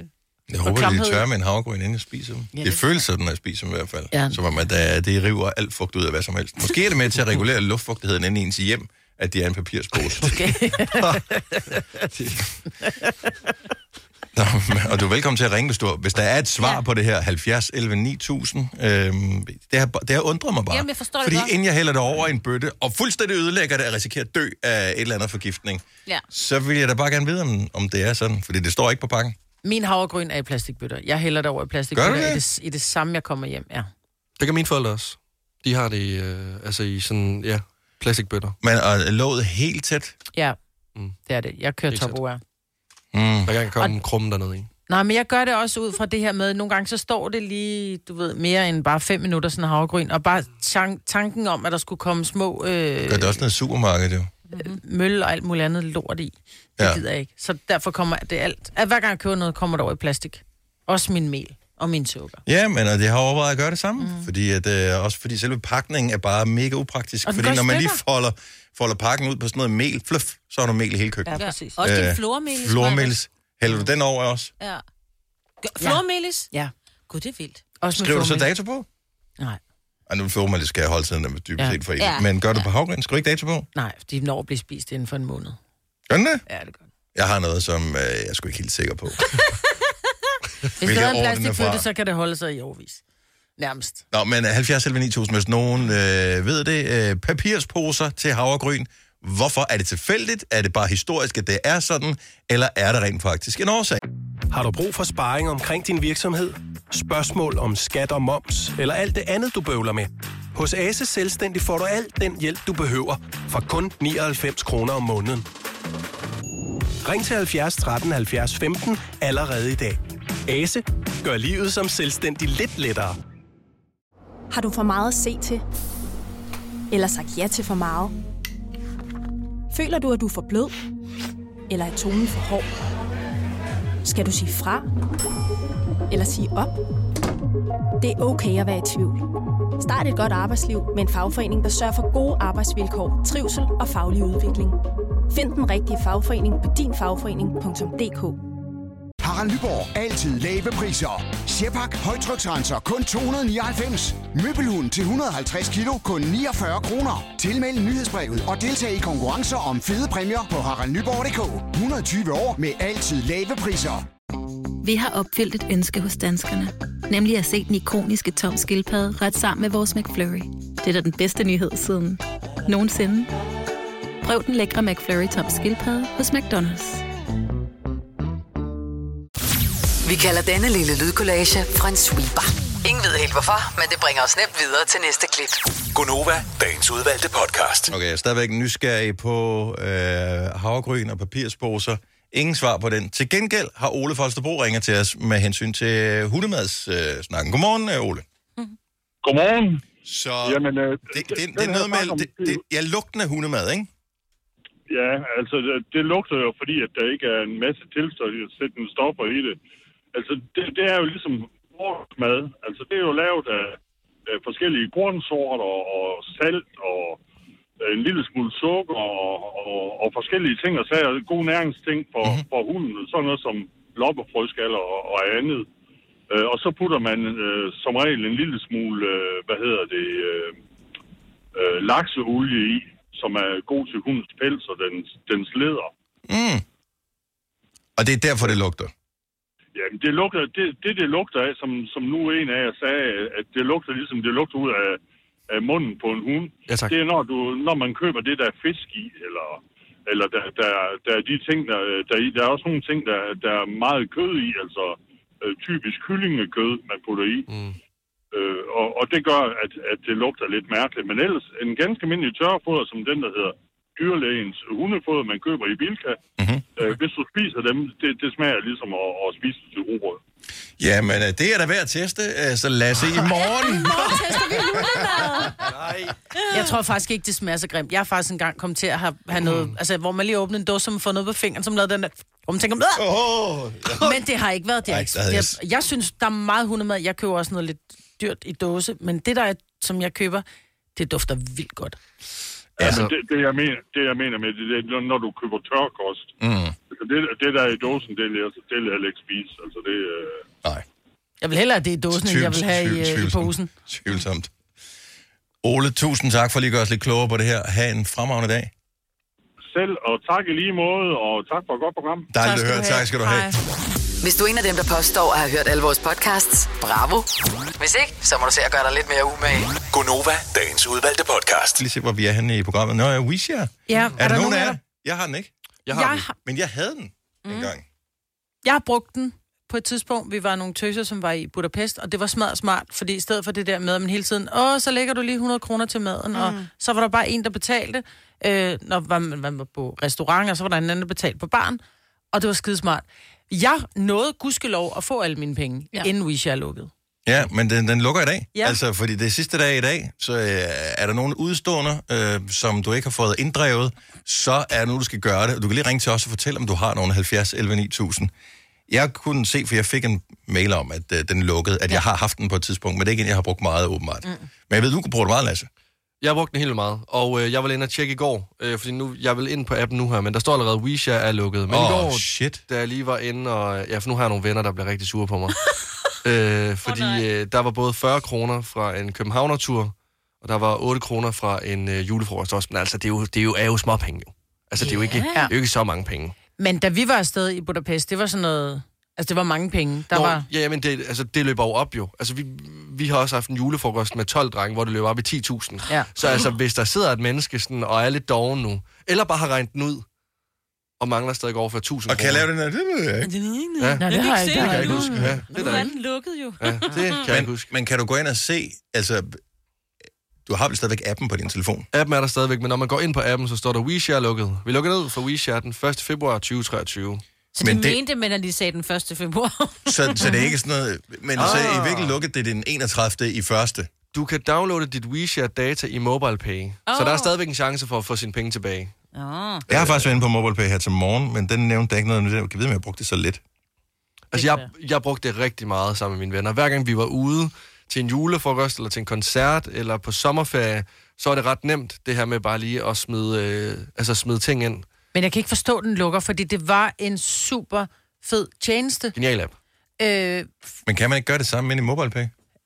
Jeg håber, det er tørre med en havregryn, inden jeg spiser dem. Ja, det, det føles sådan, når jeg spiser dem i hvert fald. Ja. Som om, at der, det river alt fugt ud af hvad som helst. Måske er det med til at regulere luftfugtigheden inde i ens hjem, at det er en papirspose. Okay. Nå, og du er velkommen til at ringe, hvis, du, hvis der er et svar ja. på det her, halvfjerds elleve ni tusind. Øhm, det, har, det har undret mig bare. Jamen, jeg forstår fordi det godt. Inden jeg hælder det over i en bøtte, og fuldstændig ødelægger det at risikere at dø af et eller andet forgiftning, ja. så vil jeg da bare gerne vide, om, om det er sådan. Fordi det står ikke på pakken. Min havregryn er i plastikbøtter. Jeg hælder det over i plastikbøtter i det, i det samme, jeg kommer hjem, ja. Det kan mine forældre også. De har det i, øh, altså i sådan, ja, plastikbøtter. Men er låget helt tæt? Ja, mm. det er det. Jeg kører Tupperware. Mm. Der kan komme og... krumme dernede i. Nej, men jeg gør det også ud fra det her med, nogle gange så står det lige, du ved, mere end bare fem minutter sådan en havregryn, og bare tank- tanken om, at der skulle komme små... Øh, gør det også noget supermarked, jo? Mm-hmm. Møl og alt muligt andet lort i. Det ja. gider jeg ikke. Så derfor kommer det alt... At hver gang jeg køber noget, kommer det over i plastik. Også min mel og min sukker. Ja, men og det har overvejet at gøre det samme. Mm. Fordi at, øh, også fordi selve pakningen er bare mega upraktisk. Fordi når man lige folder, folder pakken ud på sådan noget mel, fluff, så har du mel i hele køkkenet. Ja, præcis. Også din flormelis. Flormelis. Hælder du den over også? Ja. Flormelis? Ja. Gud, det er vildt. Også skriver du så dato på? Nej. Og nu flormelis skal jeg holde tiden dybest set for en. Ja. Men gør du ja. på havregryn? Skal du ikke dato på? Nej, de når at blive spist inden for en måned. Gør den det? Ja, det gør. Jeg har noget, som øh, jeg er sgu ikke helt sikker på. Hvis der er en plastikbøtte, så kan det holde sig i årvis. Nærmest. Nå, men halvfjerds elleve ni tusind, hvis nogen øh, ved det. Øh, papirsposer til havregryn. Hvorfor? Er det tilfældigt? Er det bare historisk, at det er sådan? Eller er det rent faktisk en årsag? Har du brug for sparring omkring din virksomhed? Spørgsmål om skat og moms? Eller alt det andet, du bøvler med? Hos Ase Selvstændig får du alt den hjælp, du behøver. For kun nioghalvfems kroner om måneden. Ring til halvfjerds tretten halvfjerds femten allerede i dag. Ase gør livet som selvstændig lidt lettere. Har du for meget at se til? Eller sagt ja til for meget? Føler du, at du er for blød? Eller er tonen for hård? Skal du sige fra? Eller sige op? Det er okay at være i tvivl. Start et godt arbejdsliv med en fagforening, der sørger for gode arbejdsvilkår, trivsel og faglig udvikling. Find den rigtige fagforening på din fagforening punktum d k. Harald Nyborg. Altid lave priser. Sjehpak højtryksrenser kun to hundrede nioghalvfems. Møbelhund til et hundrede og halvtreds kilo kun niogfyrre kroner. Tilmeld nyhedsbrevet og deltag i konkurrencer om fede præmier på harald nyborg punktum d k. et hundrede og tyve år med altid lave priser. Vi har opfyldt et ønske hos danskerne. Nemlig at se den ikoniske Tom Skildpadde ret sammen med vores McFlurry. Det er da den bedste nyhed siden nogensinde. Prøv den lækre McFlurry Tom Skildpadde hos McDonald's. Vi kalder denne lille lydkollage en sweeper. Ingen ved helt hvorfor, men det bringer os nemt videre til næste klip. Gonova, dagens udvalgte podcast. Okay, jeg er stadigvæk nysgerrig på øh, havregryn og papirsposer. Ingen svar på den. Til gengæld har Ole Folsterbro ringet til os med hensyn til hundemads-snakken. Øh, Godmorgen, Ole. Mm. Godmorgen. Så Jamen, øh, det, det, det, det er noget med... Det, det, ja, lugten af hundemad, ikke? Ja, altså det, det lugter jo, fordi at der ikke er en masse tilsættende stoffer i det. Altså det, det er jo ligesom vores mad. Altså det er jo lavet af, af forskellige kornsorter og salt og en lille smule sukker og, og, og forskellige ting, og så er gode næringsting for, mm-hmm. for hunden. Sådan noget som loppefrøskaller og, og andet. Øh, og så putter man øh, som regel en lille smule, øh, hvad hedder det, øh, øh, lakseolie i, som er god til hundens pels og dens, dens leder. Mm. Og det er derfor, det lugter? Jamen, det, lugter, det, det, det lugter af, som, som nu en af jer sagde, at det lugter ligesom det lugter ud af, af munden på en hund. Ja, tak. Det er, når, du, når man køber det, der er fisk i, eller, eller der, der, der er de ting, der, der er i. Der er også nogle ting, der, der er meget kød i, altså øh, typisk kyllingekød, man putter i. Mm. Øh, og, og det gør, at, at det lugter lidt mærkeligt. Men ellers, en ganske almindelig tørrefoder, som den, der hedder dyrlægens hundefoder, man køber i Bilka. Mm-hmm. Øh, hvis du spiser dem, det, det smager ligesom at, at spise til rugbrød. Jamen, det er da værd at teste, så lad os se i morgen. I morgen tester vi hundemad. Nej. Jeg tror faktisk ikke, det smager så grimt. Jeg har faktisk engang kommet til at have, have noget, mm. altså hvor man lige åbner en dåse, som man får noget på fingeren, som lavede den der, hvor man tænker, oh, ja. Men det har ikke været det. Ej, ikke. Jeg, jeg synes, der er meget hundemad. Jeg køber også noget lidt dyrt i dåse, men det der, som jeg køber, det dufter vildt godt. Ja, altså, men det, det, jeg mener, det, jeg mener med det, det er, når du køber tørkost, mm. Altså, det, det der er i dåsen, det vil jeg, det vil jeg ikke spise. Altså, det... Øh... Nej. Jeg vil hellere have det i dåsen, end jeg vil have i, øh, i posen. Tvivlsomt. Ole, tusind tak for lige at gøre os lidt klogere på det her. Ha' en fremragende dag. Selv, og tak i lige måde, og tak for et godt program. Dejligt at høre. Tak skal du have. Hvis du er en af dem, der påstår at have hørt alle vores podcasts, bravo. Hvis ikke, så må du se at gøre dig lidt mere umage. Gonova, dagens udvalgte podcast. Lige se, hvor vi er henne i programmet. Nå, ja, WeShare. Ja, er, er der, der nogen af jer? Jeg har den ikke. Jeg har jeg den. har... Men jeg havde den mm. en gang. Jeg har brugt den på et tidspunkt. Vi var nogle tøser, som var i Budapest, og det var smadret smart, fordi i stedet for det der med, at man hele tiden, åh, så lægger du lige hundrede kroner til maden, mm. og så var der bare en, der betalte, øh, når man, man var på restaurant, og så var der en anden, der betalte på baren, og det var skidesmart. Jeg nåede gudskelov at få alle mine penge, ja. inden WeShare lukkede. Ja, men den, den lukker i dag. Ja. Altså, fordi det er sidste dag i dag, så øh, er der nogle udstående, øh, som du ikke har fået inddrevet, så er det nu, du skal gøre det. Du kan lige ringe til os og fortælle, om du har nogle halvfjerds elleve ni tusind. Jeg kunne se, for jeg fik en mail om, at øh, den lukkede, at ja. jeg har haft den på et tidspunkt, men det er ikke en, jeg har brugt meget åbenbart. Mm. Men jeg ved, du kan bruge det meget, Lasse. Jeg har brugt den helt meget, og øh, jeg var inde og tjekke i går, øh, fordi nu, jeg vil ind på appen nu her, men der står allerede, at WeShare er lukket. Men oh, i går, shit. da jeg lige var inde, og ja, for nu har jeg nogle venner, der bliver rigtig sure på mig. øh, fordi oh, øh, der var både fyrre kroner fra en Københavner-tur, og der var otte kroner fra en øh, julefrokost også. Men altså, det er jo, det er jo, er jo småpenge jo. Altså, yeah. det, er jo ikke, det er jo ikke så mange penge. Men da vi var afsted i Budapest, det var sådan noget... Altså, det var mange penge. Der Nå, var... ja, men det, altså, det løber jo op jo. Altså, vi, vi har også haft en julefrokost med tolv drenge, hvor det løber op i ti tusind. Ja. Så altså, hvis der sidder et menneske sådan, og er lidt doven nu, eller bare har regnet den ud, og mangler stadig over for tusind Og kan jeg lave den her? Det ved jeg ikke. Ja. Nå, det har jeg ikke. Det kan jeg ikke huske. Ja, det er Nu der er ikke. den lukket jo. Ja, det kan jeg men, ikke huske. Men kan du gå ind og se, altså, du har vel stadigvæk appen på din telefon? Appen er der stadigvæk, men når man går ind på appen, så står der WeShare lukket. Vi lukker ned for WeShare den første februar tyve treogtyve. Så men det mente man, at de sagde den første februar. så, så det er ikke sådan noget... Men ah. så i virkelig lukket det den enogtredivte i første. Du kan downloade dit WeShare-data i MobilePay. Oh. Så der er stadigvæk en chance for at få sine penge tilbage. Oh. Jeg har faktisk været inde på MobilePay her til morgen, men den nævnte ikke noget. Jeg kan vide, om jeg brugte det så lidt. Altså, jeg, jeg brugte det rigtig meget sammen med mine venner. Hver gang vi var ude til en julefrokost, eller til en koncert, eller på sommerferie, så er det ret nemt, det her med bare lige at smide, øh, altså smide ting ind. Men jeg kan ikke forstå, at den lukker, fordi det var en super fed tjeneste. Genial app. Øh, men kan man ikke gøre det samme ind i MobilePay?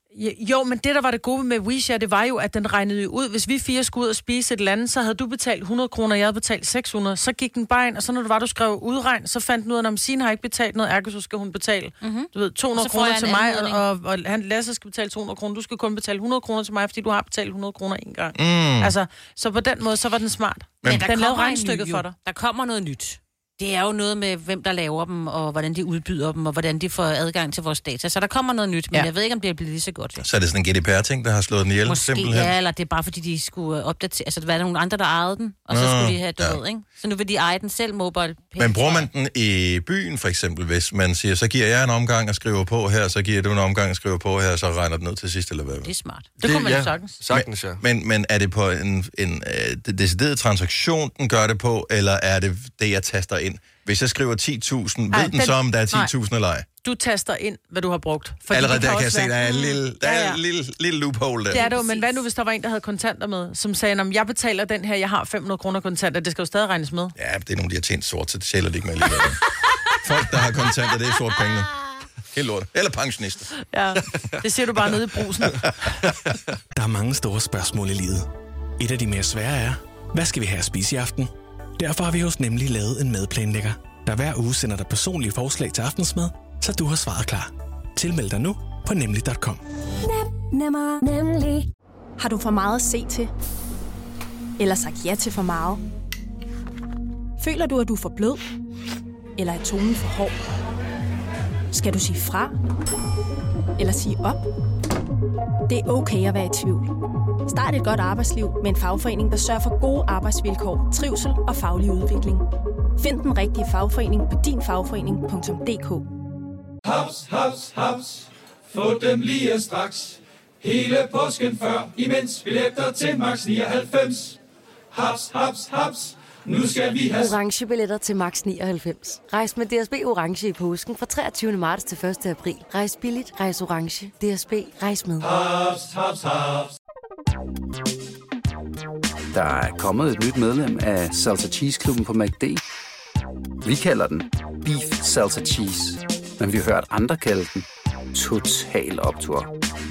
Jo, men det, der var det gode med WeShare, det var jo, at den regnede ud. Hvis vi fire skulle ud og spise et eller andet, så havde du betalt hundrede kroner, jeg havde betalt seks hundrede. Så gik den bare ind, og så når det var, du skrev udregn, så fandt den ud af, at Signe har ikke betalt noget, ergo så skal hun betale mm-hmm. du ved, to hundrede kroner til mig, og, og, og han Lasse skal betale to hundrede kroner. Du skal kun betale hundrede kroner til mig, fordi du har betalt hundrede kroner en gang. Mm. Altså, så på den måde, så var den smart. Men, men der den lavede regnstykket for dig. Der kommer noget nyt. Det er jo noget med, hvem der laver dem, og hvordan de udbyder dem, og hvordan de får adgang til vores data. Så der kommer noget nyt, men ja. jeg ved ikke, om det bliver lige så godt. Så er det sådan en G D P R-ting, der har slået den ihjel, Måske, simpelthen? ja, eller det er bare, fordi de skulle opdatere... Altså, der var nogle andre, der ejede den, og så Nå, skulle de have, du ja. ved, ikke? Så nu vil de eje den selv, mobile. Men bruger man den i byen, for eksempel, hvis man siger, så giver jeg en omgang og skriver på her, så giver du en omgang og skriver på her, så regner den ned til sidst, eller hvad? Det er smart. Det, det kunne man ja, sagtens. Sagtens, ja. Men, men er det på en, en uh, decideret transaktion, den gør det på, eller er det det, jeg taster ind? Hvis jeg skriver ti tusind, ved den, den så, om der er ti tusind eller ej? Du taster ind, hvad du har brugt. Fordi Allerede der kan jeg se, der er en lille, der ja, ja. er en lille, lille loophole der. Det er det jo, men hvad nu, hvis der var en, der havde kontanter med, som sagde, om jeg betaler den her, jeg har fem hundrede kroner kontanter, det skal jo stadig regnes med. Ja, det er nogle, de har tjent sort, så det sælger det ikke med alligevel. Folk, der har kontanter, det er sort penge. Helt lort. Eller pensionister. Ja, det ser du bare nede i brusen. Der er mange store spørgsmål i livet. Et af de mere svære er, hvad skal vi have at spise i aften? Derfor har vi hos Nemlig lavet en madplanlægger, der hver uge sender dig personlige forslag til aftensmad, så du har svaret klar. Tilmeld dig nu på nemlig punktum com. Nem, nemmer, nemlig. Har du for meget at se til? Eller sagt ja til for meget? Føler du, at du er for blød? Eller er tonen for hård? Skal du sige fra? Eller sige op? Det er okay at være i tvivl. Start et godt arbejdsliv med en fagforening, der sørger for gode arbejdsvilkår, trivsel og faglig udvikling. Find den rigtige fagforening på din fagforening punktum d k. Haps, haps, haps. Få dem lige straks. Hele påsken før, imens billetter til max nioghalvfems. Haps, haps, haps. Nu skal vi have orange billetter til max nioghalvfems. Rejs med D S B orange i påsken fra treogtyvende marts til første april. Rejs billigt, rejs orange. D S B, rejs med. Haps, haps, haps. Der er kommet et nyt medlem af Salsa Cheese Klubben på McD. Vi kalder den Beef Salsa Cheese, men vi har hørt andre kalde den Total Optur.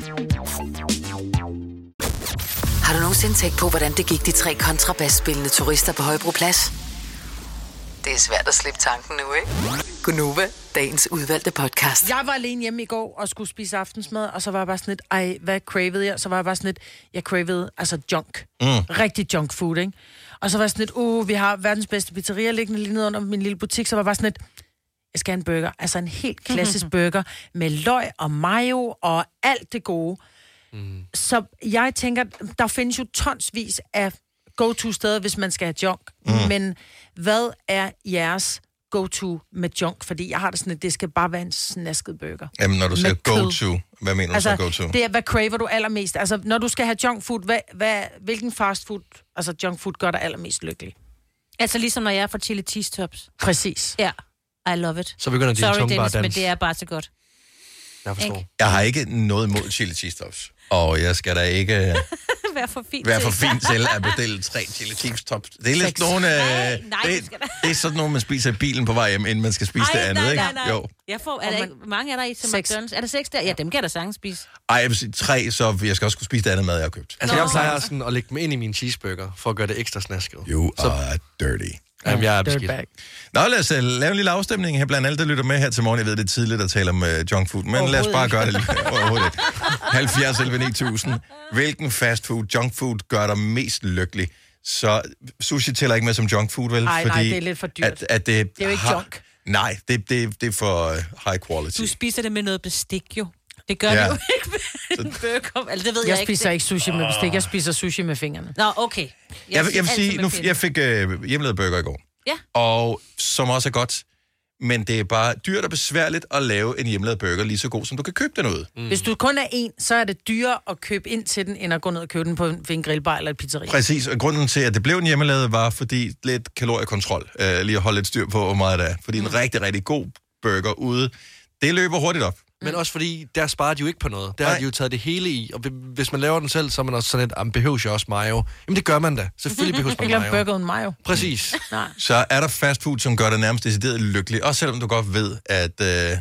Har du nogensinde tænkt på, hvordan det gik de tre kontrabasspillende turister på Højbroplads? Det er svært at slippe tanken nu, ikke? Gunova, dagens udvalgte podcast. Jeg var alene hjemme i går og skulle spise aftensmad, og så var jeg bare sådan lidt, ej, hvad cravede jeg? Så var jeg bare sådan lidt, jeg cravede altså junk. Mm. Rigtig junk food, ikke? Og så var jeg sådan lidt, uh, vi har verdens bedste pizzeria liggende lige nede under min lille butik, så var jeg bare sådan lidt, jeg skal have en burger. Altså en helt klassisk burger med løg og mayo og alt det gode. Mm. Så jeg tænker, der findes jo tonsvis af go-to-steder, hvis man skal have junk. Mm. Men hvad er jeres go-to med junk? Fordi jeg har det sådan, at det skal bare være en snasket burger. Jamen, når du siger go-to, hvad mener du altså, så go-to? Det er, hvad craver du allermest? Altså, når du skal have junk food, hvad, hvad, hvilken fast food, altså junk food, gør dig allermest lykkelig? Altså ligesom når jeg er fra chili cheese tops. Præcis. Ja, I love it. Så begynder din Sorry, tunge bare Dennis, at men danse. det er bare så godt. Jeg forstår. Jeg har ikke noget imod chili cheese tops. Og jeg skal da ikke Vær for fint være for fint til at bedele tre chili cheese tops. Det er lidt Seks. nogle... Øh, Nej, nej, det, det skal da- det er sådan nogle, man spiser i bilen på vej hjem, inden man skal spise Ej, det andet, nej, ikke? nej, nej. Jo. Jeg får, er der ikke, hvor mange er der i til Seks. McDonald's? Er der seks der? Ja, dem kan jeg da sagtens spise. Ej, jeg vil sige tre, så jeg skal også kunne spise det andet mad, jeg har købt. Altså, jeg plejer sådan at lægge dem ind i min cheeseburger, for at gøre det ekstra snasket. You are dirty. Jamen, jeg er beskidt. Nå, lad os uh, lave en lille afstemning her blandt alle, der lytter med her til morgen. Jeg ved, det er tidligt at tale om uh, junk food, men lad os bare gøre det lige. Overhovedet ikke. halvfjerds elleve ni tusind. Hvilken fast food, junk food, gør dig mest lykkelig? Så sushi tæller ikke med som junk food, vel? Nej, Fordi nej, det er lidt for dyrt. At, at det, Det er jo ikke har, junk. Nej, det, det, det er for uh, high quality. Du spiser det med noget bestik, jo. Det gør Ja. ja. det jo ikke med en burger. Altså, det ved jeg, Jeg ikke. spiser ikke sushi med bestik, jeg spiser sushi med fingrene. Nå, okay. Jeg, Jeg, vil- jeg vil altid sige, med nu, fingrene. jeg fik øh, hjemmelavet burger i går. Ja. Og som også er godt, men det er bare dyrt og besværligt at lave en hjemmelavet burger lige så god, som du kan købe den ud. Mm. Hvis du kun er en, så er det dyrere at købe ind til den, end at gå ned og købe den på en, ved en grillbar eller et pizzeria. Præcis, og grunden til, at det blev en hjemmelavet, var fordi lidt kaloriekontrol. Øh, lige at holde lidt styr på, hvor meget det er. Fordi mm. en rigtig, rigtig god burger ude, det løber hurtigt op. Men også fordi, der sparer de jo ikke på noget. Der har de jo taget det hele i. Og hvis man laver den selv, så er man også sådan lidt, behøver jo også mayo. Jamen det gør man da. Selvfølgelig behøver man Ikke mayo. lave burger uden mayo. Præcis. Nej. Så er der fast food, som gør dig nærmest decideret lykkelig. Også selvom du godt ved, at... Øh,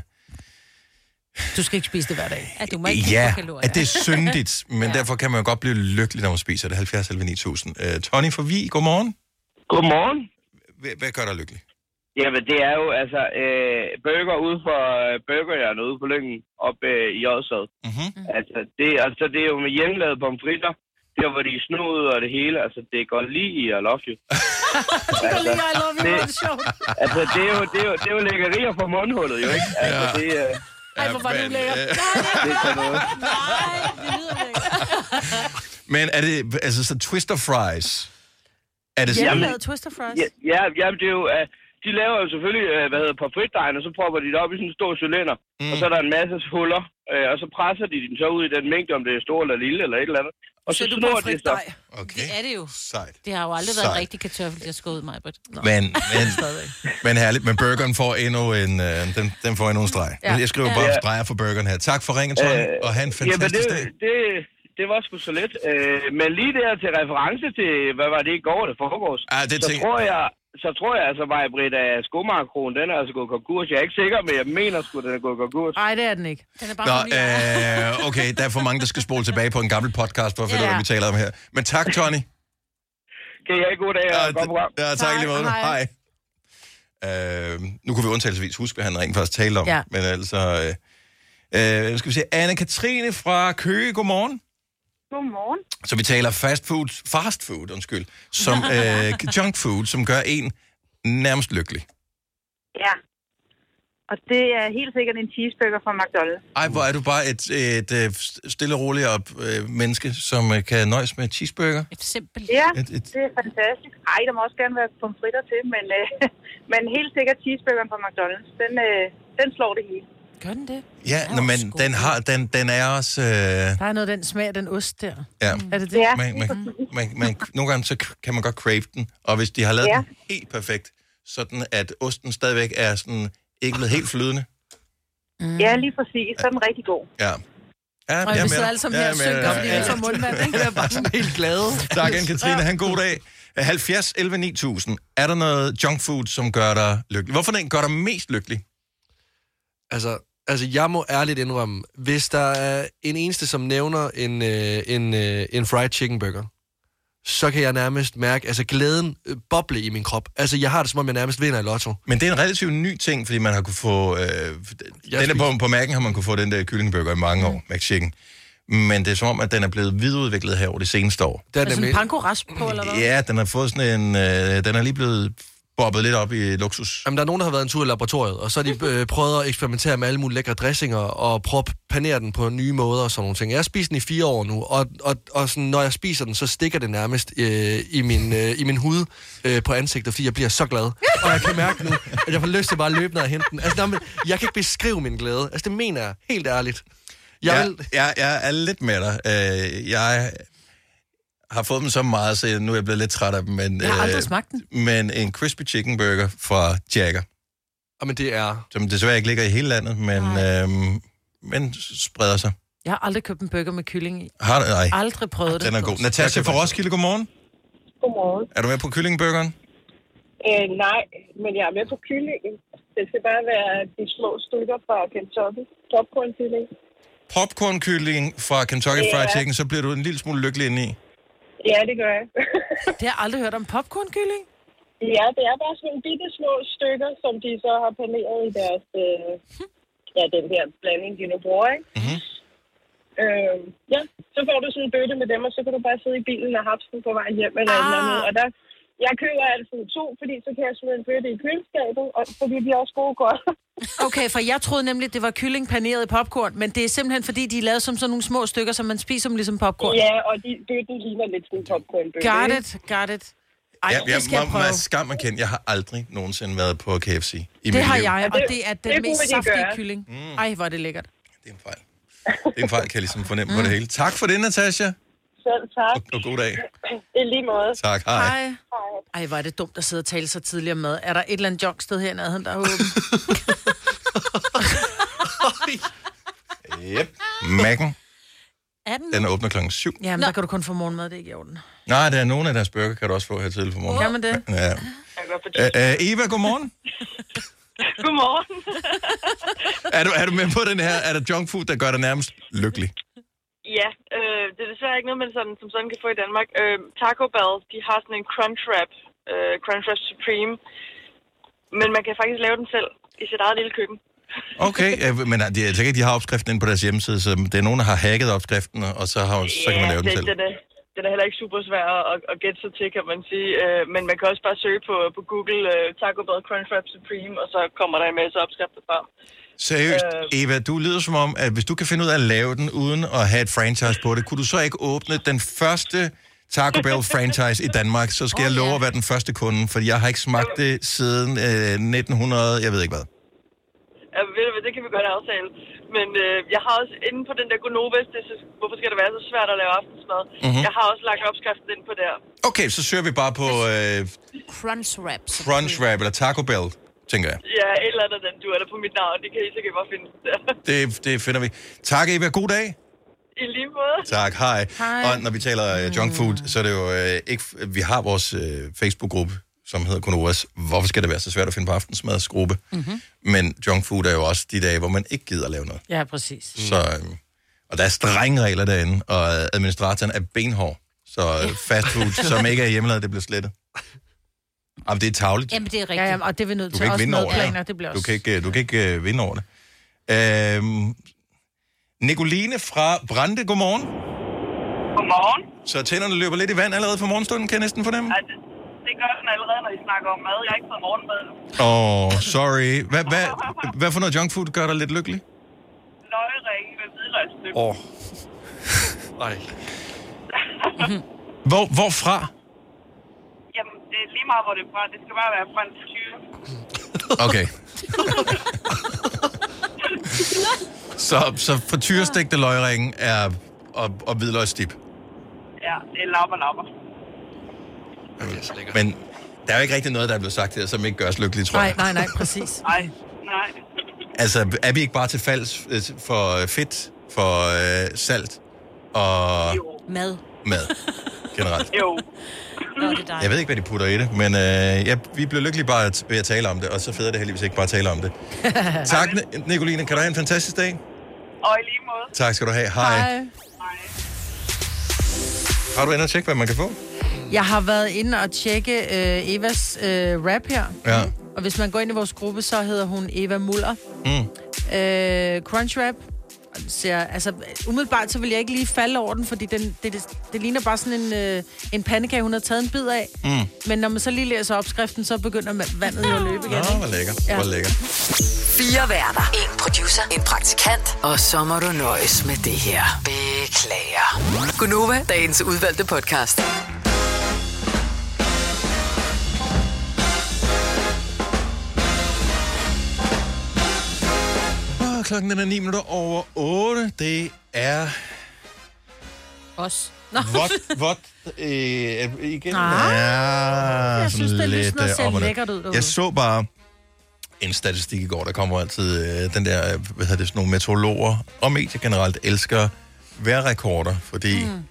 Du skal ikke spise det hver dag. Ja, du må ikke ja, få kalorier. at det er syndigt, men ja. Derfor kan man jo godt blive lykkelig, når man spiser det. halvfjerds elleve ni tusind. Uh, Tony fra Vig, godmorgen. Godmorgen. Hvad, hvad gør dig lykkelig? Jamen, det er jo altså øh, burger ude for øh, burgerhjørnet ude på Lyngen op øh, i Odsad. Mm-hmm. Altså, det, altså, det er jo med hjemmelavet pomfritter. Der, hvor de er snoet og det hele. Altså, det går lige i I love you. Altså, lige, I love you, det, hvor er det sjovt. altså, det er jo, det er jo, det er jo lækkerier fra mundhullet, jo ikke? Altså, Ja. det, øh, Ej, hvor var du lækker. øh, det er sådan noget. Nej, det lyder lækkert. Men er det, altså så Twister fries? Er det sådan? Hjemmelavet Twister fries? Ja, ja, jamen, det er jo... Uh, de laver jo selvfølgelig, uh, hvad hedder pomfritdejen, og så propper de det op i sådan en stor cylinder. Mm. Og så er der en masse huller, uh, og så presser de den så ud i den mængde, om det er stor eller lille eller et eller andet. Og så, Så du snor de så. pomfritdej? Okay. Det er det jo. Sejt. Det har jo aldrig været Sejt. en rigtig kartoffel, der skal ud, Majbert. Men, men, men herligt, men burgeren får endnu en, øh, den, den får endnu en streg. Ja. Men jeg skriver Ja. bare Ja. streger for burgeren her. Tak for ringen, Tony, Øh, og have en Jamen, fantastisk det, dag. det, det var sgu så lidt. Øh, men lige der til reference til, hvad var det i går, det foregås, Ah, det så, tænker- tror jeg, så tror jeg altså, at Britt af Skomarkronen, den er altså gået konkurs. Jeg er ikke sikker, men jeg mener sgu, den er gået konkurs. Nej, det er den ikke. Den er bare Nå, for øh, okay, der er for mange, der skal spole tilbage på en gammel podcast, for at finde ud af, Ja. hvad vi taler om her. Men tak, Tony. Kan I have en god dag og godt program. Ja, tak i lige måde. Hej. Hej. Øh, nu kunne vi undtagelsesvis huske, hvad han rent faktisk talte om. Ja. Men altså... Øh, øh, nu skal vi se. Anne-Katrine fra Køge, godmorgen. Godmorgen. Så vi taler fast food, fast food, undskyld, som øh, junk food, som gør en nærmest lykkelig. Ja. Og det er helt sikkert en cheeseburger fra McDonald's. Ej, hvor er du bare et, et, et stille og roligt op, øh, menneske, som øh, kan nøjes med cheeseburger. Et simpelt. Ja, Et- et- det er fantastisk. Ej, der må også gerne være pomfritter til, men, øh, men helt sikkert cheeseburgeren fra McDonald's, den, øh, den slår det hele. Gør den det? Ja, nå, men den, har, den, den er også... Øh, Der er noget af den smag af den ost der. ja. Er det det? Ja, Man, man, man, man, nogle gange så kan man godt crave den, og hvis de har lavet Ja. den helt perfekt, sådan at osten stadigvæk er sådan ikke blevet helt flydende. Mm. Ja, lige præcis. Så er den rigtig god. Ja. Ja, Og jeg er vi sidder med. alle sammen her Jeg og er med. synker, fordi vi Ja, ikke får mundvand, ikke? Jeg er bare sådan helt glad. Tak, Anne-Katrine. Ha' en god dag. halvfjerds elleve ni tusind. Er der noget junk food, som gør dig lykkelig? Hvorfor den gør dig mest lykkelig? Altså, altså, jeg må ærligt indrømme, hvis der er en eneste, som nævner en, øh, en, øh, en fried chicken burger, så kan jeg nærmest mærke, altså glæden øh, boble i min krop. Altså, jeg har det, som om jeg nærmest vinder i lotto. Men det er en relativt ny ting, fordi man har kunne få... Øh, den er på, på Mac'en har man kunne få den der kyllingburger i mange år, mm. McChicken. Men det er som om, at den er blevet videreudviklet her over det seneste år. Den er sådan en panko-rasp på, eller hvad? Ja, den har fået sådan en... Øh, den er lige blevet bobbet lidt op i luksus. Jamen, der er nogen, der har været en tur i laboratoriet, og så har de øh, prøvet at eksperimentere med alle mulige lækre dressinger, og prøve at panere den på nye måder og sådan nogle ting. Jeg har spist den i fire år nu, og, og, og sådan, når jeg spiser den, så stikker det nærmest øh, i, min, øh, i min hud øh, på ansigtet, fordi jeg bliver så glad. Og jeg kan mærke nu, at jeg får lyst til bare at løbe ned og hente den. Altså, nej, jeg kan ikke beskrive min glæde. Altså, det mener jeg helt ærligt. Jeg, jeg, vil... jeg, jeg er lidt med dig. Øh, jeg har fået dem så meget, så nu er jeg blevet lidt træt af dem. Men, jeg har aldrig smagt den. Men en crispy chicken burger fra Jagger. Jamen, det er... Som desværre ikke ligger i hele landet, men, øhm, men spreder sig. Jeg har aldrig købt en burger med kylling i. Har du? Nej. Aldrig prøvet det. Den er god. Natasha fra Roskilde, godmorgen. Godmorgen. Er du med på kyllingburgeren? Øh, nej, men jeg er med på kyllingen. Det skal bare være de små stykker fra Kentucky. Popcorn-kylling. Popcorn-kylling fra Kentucky Ja. Fried Chicken, så bliver du en lille smule lykkelig inde i. Ja, det gør jeg. Det har jeg aldrig hørt om popcorn-kylling. Ja, det er bare sådan nogle bitte små stykker, som de så har paneret i deres... Øh, ja, den der blanding, de nu bruger, ikke? Mm-hmm. Øh, ja, så får du sådan en bøtte med dem, og så kan du bare sidde i bilen og hapse den på vej hjem eller ah. noget. Og der, jeg køber altid to, fordi så kan jeg smide en bøtte i køleskabet, og fordi de er også gode godt. Okay, for jeg troede nemlig, det var kylling paneret i popcorn, men det er simpelthen fordi, de er lavet som sådan nogle små stykker, som man spiser dem ligesom popcorn. Ja, og de bøtten ligner lidt sådan en popcornbøtte. Got it, got it. Ej, ja, det jeg, skal jeg prøve. jeg skam mig kendt. Jeg har aldrig nogensinde været på K F C i Det mit har liv. jeg, og det er den det mest kunne de saftige gøre. kylling. Mm. Ej, hvor er det lækkert. Det er en fejl. Det er en fejl, kan jeg ligesom fornemme mm. på det hele. Tak for det, Natasha. Selv tak. Og, og god dag. I lige måde. Tak, hej. Hej. Ej, hvor er det dumt at sidde og tale så tidligere med. Er der et eller andet junksted her i nærheden, der er åben? Yep. Mac'en. Er den? Den åbner klokken syv. Jamen, der kan du kun få morgenmad, det er ikke i orden. Nej, der er nogle af deres burger, kan du også få her til for morgen. Kan man det? Ja. Uh, uh, Eva, godmorgen. Godmorgen. er, du, er du med på den her? Er der junk food, der gør dig nærmest lykkelig? Ja, øh, det er desværre ikke noget, man sådan, som sådan kan få i Danmark. Øh, Taco Bell, de har sådan en Crunch Wrap, øh, Crunch Wrap Supreme, men man kan faktisk lave den selv i sit eget lille køkken. Okay, øh, men de, jeg tænker, de har opskriften inde på deres hjemmeside, så det er nogen, der har hacket opskriften, og så, har, så kan man lave den det, selv. Den er, den er heller ikke super svær at, at gætte sig til, kan man sige. Øh, men man kan også bare søge på, på Google uh, Taco Bell Crunch Wrap Supreme, og så kommer der en masse opskrifter frem. Seriøst, Øh. Eva, du lyder som om, at hvis du kan finde ud af at lave den, uden at have et franchise på det, kunne du så ikke åbne den første Taco Bell franchise i Danmark, så skal oh, jeg love at være den første kunde, for jeg har ikke smagt det siden øh, nitten hundrede, jeg ved ikke hvad. Ja, ved du hvad, det kan vi godt aftale. Men øh, jeg har også inde på den der Gonovas, det, så, hvorfor skal det være så svært at lave aftensmad? Mhm. Jeg har også lagt opskriften ind på der. Okay, så søger vi bare på øh, Crunch Wrap. Crunch Wrap eller Taco Bell, tænker jeg. Ja, et eller andet, den du er der på mit navn. Det kan I sikkert bare finde der. Det, det finder vi. Tak, Eva. God dag. I lige måde. Tak, hej. Hej. Og når vi taler øh, junk food, så er det jo øh, ikke... Vi har vores øh, Facebook-gruppe, som hedder Konoras. Hvorfor skal det være så svært at finde på aftensmadsgruppe? Mm-hmm. Men junk food er jo også de dage, hvor man ikke gider at lave noget. Ja, præcis. Så, øh, og der er strenge regler derinde, og administratoren er benhård. Så øh, fast food, som ikke er hjemmelavet, det bliver slettet. Jamen, det er tarveligt. Jamen, det er rigtigt. Ja, jamen, og det er vi nødt Du til. kan ikke Også vinde over madplaner, det. det bliver Du også... kan ikke, du kan ikke uh, vinde over det. Øhm, Nicoline fra Brande, godmorgen. Godmorgen. Så tænderne løber lidt i vand allerede fra morgenstunden, kan jeg næsten fornemme. Ja, det, det gør den allerede, når I snakker om mad. Jeg har ikke fået morgenmad. Åh, oh, sorry. Hvad, hvad, hvad for noget junk food gør dig lidt lykkelig? Løgring med hvidløgsstykke. Åh. Nej. Hvor, hvorfra? Jamen, det er lige meget, hvor det er fra. Det skal bare være fra en frityre. Okay. så, så frityrestegte løgringen er og, og hvidløgsdip. Ja, det er lapper, lapper. Okay. Men der er jo ikke rigtig noget, der er blevet sagt her, som ikke gør os lykkelige, tror Nej, jeg. nej, nej, præcis. Nej, nej. Altså, er vi ikke bare til falds øh, for fedt, for øh, salt og Mad. mad generelt? Jo. Jeg ved ikke, hvad de putter i det, men øh, ja, vi blev lykkelige bare ved at tale om det, og så federe det heldigvis ikke bare at tale om det. Tak, Nicoline. Kan du have en fantastisk dag? Og i lige måde. Tak skal du have. Hej. Hej. Har du inde og tjekke, hvad man kan få? Jeg har været inde og tjekke øh, Evas øh, rap her. Ja. Og hvis man går ind i vores gruppe, så hedder hun Eva Muller. Mm. Øh, Crunch Rap. Så jeg, altså, umiddelbart så vil jeg ikke lige falde over den, fordi den, det, det, det ligner bare sådan en, øh, en pandekage, hun har taget en bid af. Mm. Men når man så lige læser opskriften, så begynder vandet jo at løbe igen. Nå, hvor lækker. Ja. Hvor lækker. Fire værter. En producer. En praktikant. Og så må du nøjes med det her. Beklager. Gunova, dagens udvalgte podcast. Klokken den er ni minutter over otte. Det er... Os. Vot, vot, øh, igen. Ah, ja, jeg synes, det lysner og ser op og ned. lækkert ud derude. Jeg så bare en statistik i går, der kommer altid øh, den der, hvad hedder det, sådan nogle meteorologer og medier generelt elsker vejrrekorder, fordi mm.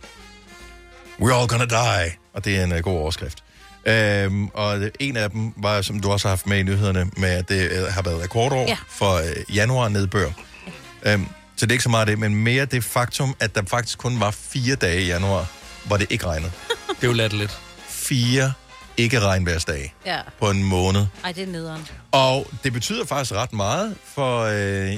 we're all gonna die, og det er en uh, god overskrift. Øhm, og en af dem var, som du også har haft med i nyhederne, med at det øh, har været rekordår ja. for øh, januar nedbør. Ja. Øhm, så det er ikke så meget det, men mere det faktum, at der faktisk kun var fire dage i januar, hvor det ikke regnede. Det er jo latterligt. Fire ikke regnværsdage ja. på en måned. Ej, det er nederen. Og det betyder faktisk ret meget, for øh,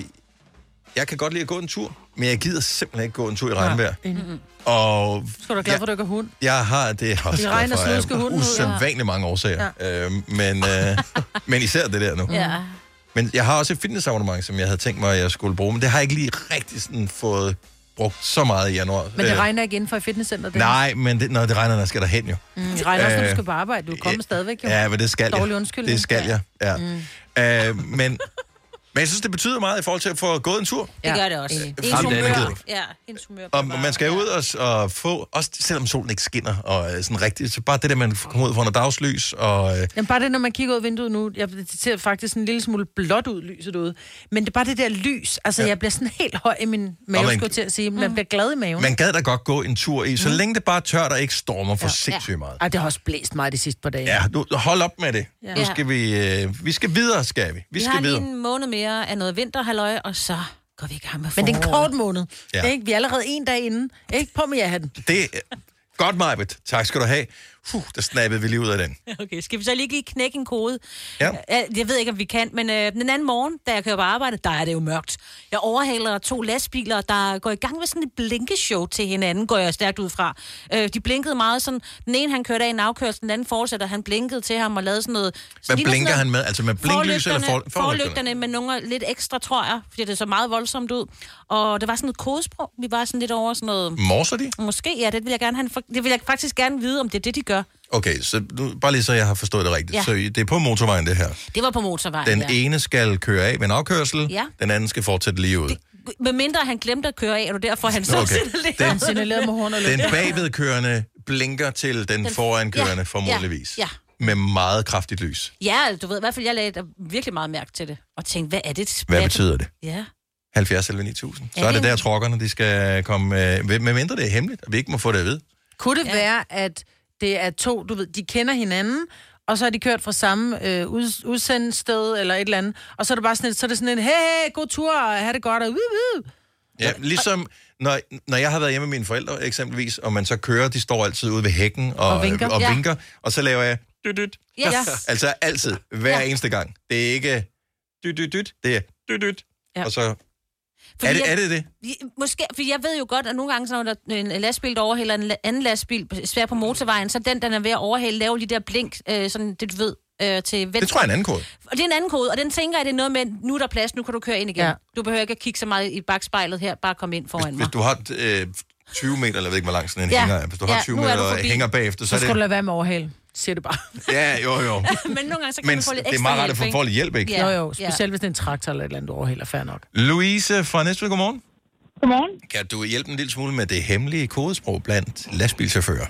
jeg kan godt lide at gå en tur, men jeg gider simpelthen ikke gå en tur i regnvejr. Mm-hmm. Og skal du glad for, at du ikke har hund? Jeg har det også. I regn og slud skal hunden ud. Usædvanligt mange årsager. Ja. Øh, men, øh, men især det der nu. Ja. Men jeg har også et fitnessabonnement, som jeg havde tænkt mig, at jeg skulle bruge. Men det har jeg ikke lige rigtig sådan fået brugt så meget i januar. Men det regner ikke inden for et fitnesscenter? Nej, men det, når det regner, der skal der hen jo. Mm, det regner også, når du skal på arbejde. Du kommer stadigvæk jo. Ja, men det skal jeg. Dårlig undskyldning. Det skal jeg, ja. Mm. Øh, men... Men jeg synes, det betyder meget i forhold til at få gået en tur. Det gør det også. Øh, ens humør. Ja, ens humør. Og man skal ud og, og få, også selvom solen ikke skinner, og sådan rigtigt, så bare det der, man kommer ud for noget dagslys. Og, øh... Jamen bare det, når man kigger ud af vinduet nu, jeg ser faktisk en lille smule blåt ud, lyset ude. Men det er bare det der lys. Altså, ja. Jeg bliver sådan helt høj i min mave, man, skulle til at sige. Man mm. bliver glad i maven. Man gad da godt gå en tur i, så mm. længe det bare tør, der ikke stormer for ja. sindssygt meget. Ej, det har også blæst meget de sidste par dage. Ja, du, hold op med det. Ja. Nu skal vi, øh, vi skal videre, skal vi. Vi, vi skal har videre. lige en måned mere af noget vinterhalløj, og så går vi i gang med foråret. Men det er en kort måned. Ja. Ikke? Vi er allerede en dag inden. Ikke? På med jer den. Det er godt, Majbet. Tak skal du have. Fuh, der snappede vi lige ud af den. Okay, skal vi så lige lige knække en kode? Ja. Jeg ved ikke, om vi kan, men øh, den anden morgen, da jeg kører på arbejde, der er det jo mørkt. Jeg overhaler to lastbiler, der går i gang med sådan et blinkeshow til hinanden, går jeg stærkt ud fra. Øh, de blinkede meget sådan, den ene han kørte af en afkørsel, den anden fortsætter, han blinkede til ham og lavede sådan noget... Hvad blinker han med? Altså med blinklys eller for, forlygterne? Forlygterne med nogle lidt ekstra, tror jeg, fordi det så meget voldsomt ud. Og det var sådan noget kodesprog. Vi var sådan lidt over sådan noget... Morser de? Måske, ja, det vil jeg gerne have, det vil jeg faktisk gerne vide, om det er det, de gør. Okay, så nu, bare lige så jeg har forstået det rigtigt. Ja. Så det er på motorvejen, det her? Det var på motorvejen, Den ja. ene skal køre af med en afkørsel, ja. Den anden skal fortsætte lige ud. Det, med mindre han glemte at køre af, og derfor han så okay. signalerede med horn og Den bagvedkørende blinker til den, den forankørende ja. formodentligvis. Ja. ja. Med meget kraftigt lys. Ja, du ved, i hvert fald jeg lagde virkelig meget mærke til det, og tænkte, hvad er det? Hvad, hvad betyder det? Ja. halvfjerds elleve ni tusind. Så er, er det det der, trokkerne, de skal komme med, med mindre det er hemmeligt, og vi ikke må få det at vide. Kunne det ja. være, at det er to, du ved, de kender hinanden, og så har de kørt fra samme øh, ud, udsendsted eller et eller andet, og så er det bare sådan, så er det sådan en, hey, hey, god tur, have det godt, og uh, uh. Ja, ligesom når, når jeg har været hjemme med mine forældre eksempelvis, og man så kører, de står altid ude ved hækken og, og vinker, og, ja. vinker og så laver jeg dyt, dyt. Yes. Altså altid, hver ja. eneste gang. Det er ikke dyt, dyt, dyt, det er dyt, dyt. Ja. Og så... Er det, jeg, er det det? Måske, for jeg ved jo godt, at nogle gange, så når der en lastbil, der overhælder en anden lastbil, svær på motorvejen, så den, den er ved at overhælde, laver lige der blink, øh, sådan det du ved, øh, til venstre. Det tror jeg er en anden kode. Og det er en anden kode, og den tænker jeg, det er noget med, nu er der plads, nu kan du køre ind igen. Ja. Du behøver ikke at kigge så meget i bagspejlet her, bare komme ind foran hvis, mig. Hvis du har øh, tyve meter, eller jeg ved ikke, hvor lang sådan en ja. hænger er, hvis du har ja, tyve meter og hænger bagefter, så, så er det... Så skal du lade være med overhale. Siger det bare. Ja, jo, jo. Men nogle gange, så kan Men man få lidt ekstra det er meget rart at få hjælp, hjælp, ikke? Ja. Jo, jo. Specielt ja. hvis det er en traktor eller et eller andet, du overhælder. Fair nok. Louise fra Næstved, godmorgen. Godmorgen. Kan du hjælpe en lille smule med det hemmelige kodesprog blandt lastbilchauffører?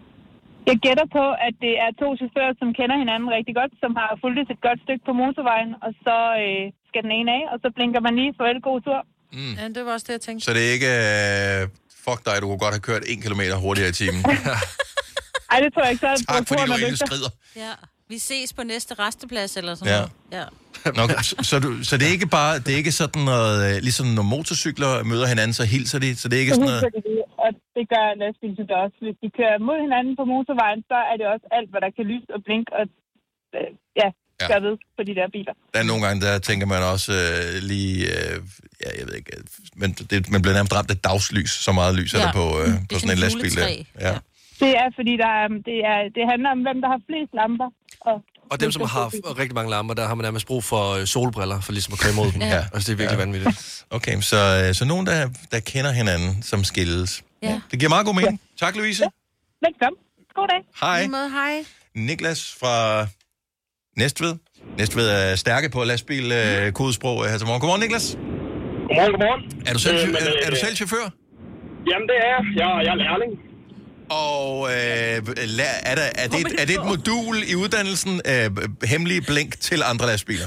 Jeg gætter på, at det er to chauffører, som kender hinanden rigtig godt, som har fulgt et godt stykke på motorvejen, og så øh, skal den ene af, og så blinker man lige for et god tur. Mm. Ja, det var også det, jeg tænkte. Så det er ikke, uh, fuck dig, du kunne godt have kørt en kilometer hurtigere i timen. Ej, det tror jeg ikke. Så tak, fordi du endelig skrider. Ja. Vi ses på næste resteplads eller sådan Ja. noget. Ja. Nå, så, så, du, så det er ikke bare, det er ikke sådan noget, ligesom når motorcykler møder hinanden, så hilser de, så det er ikke sådan noget... Og det gør lastbilerne også. Hvis de kører mod hinanden på motorvejen, så er det også alt, hvad der kan lyse og blinke og øh, ja, gør ved på de der biler. Der er nogle gange, der tænker man også øh, lige, øh, ja, jeg ved ikke, men det, man bliver nærmest ramt af dagslys, så meget lys er Ja. der på, øh, på sådan en lastbil der. Ja. Det er, fordi der er, det, er, det handler om, hvem der har flest lamper. Og, Og dem, som har rigtig mange lamper, der har man nærmest brug for øh, solbriller, for ligesom at køre imod dem. Ja. Altså, det er virkelig ja. vanvittigt. Okay, så, så nogen, der, der kender hinanden, som skilles. Ja. Det giver meget god mening. Ja. Tak, Louise. Ja. Velkommen. God dag. Hej. Måde, hej. Niklas fra Næstved. Næstved er stærke på lastbil øh, kodesprog her til morgen. Godmorgen, Niklas. Godmorgen, godmorgen. Er du selv, Øh, øh, men, er, er du øh, selv chauffør? Jamen, det er jeg. Jeg, jeg er lærling. Og øh, lær, er, der, er, det et, er det et modul i uddannelsen, øh, hemmelige blink til andre lastbiler?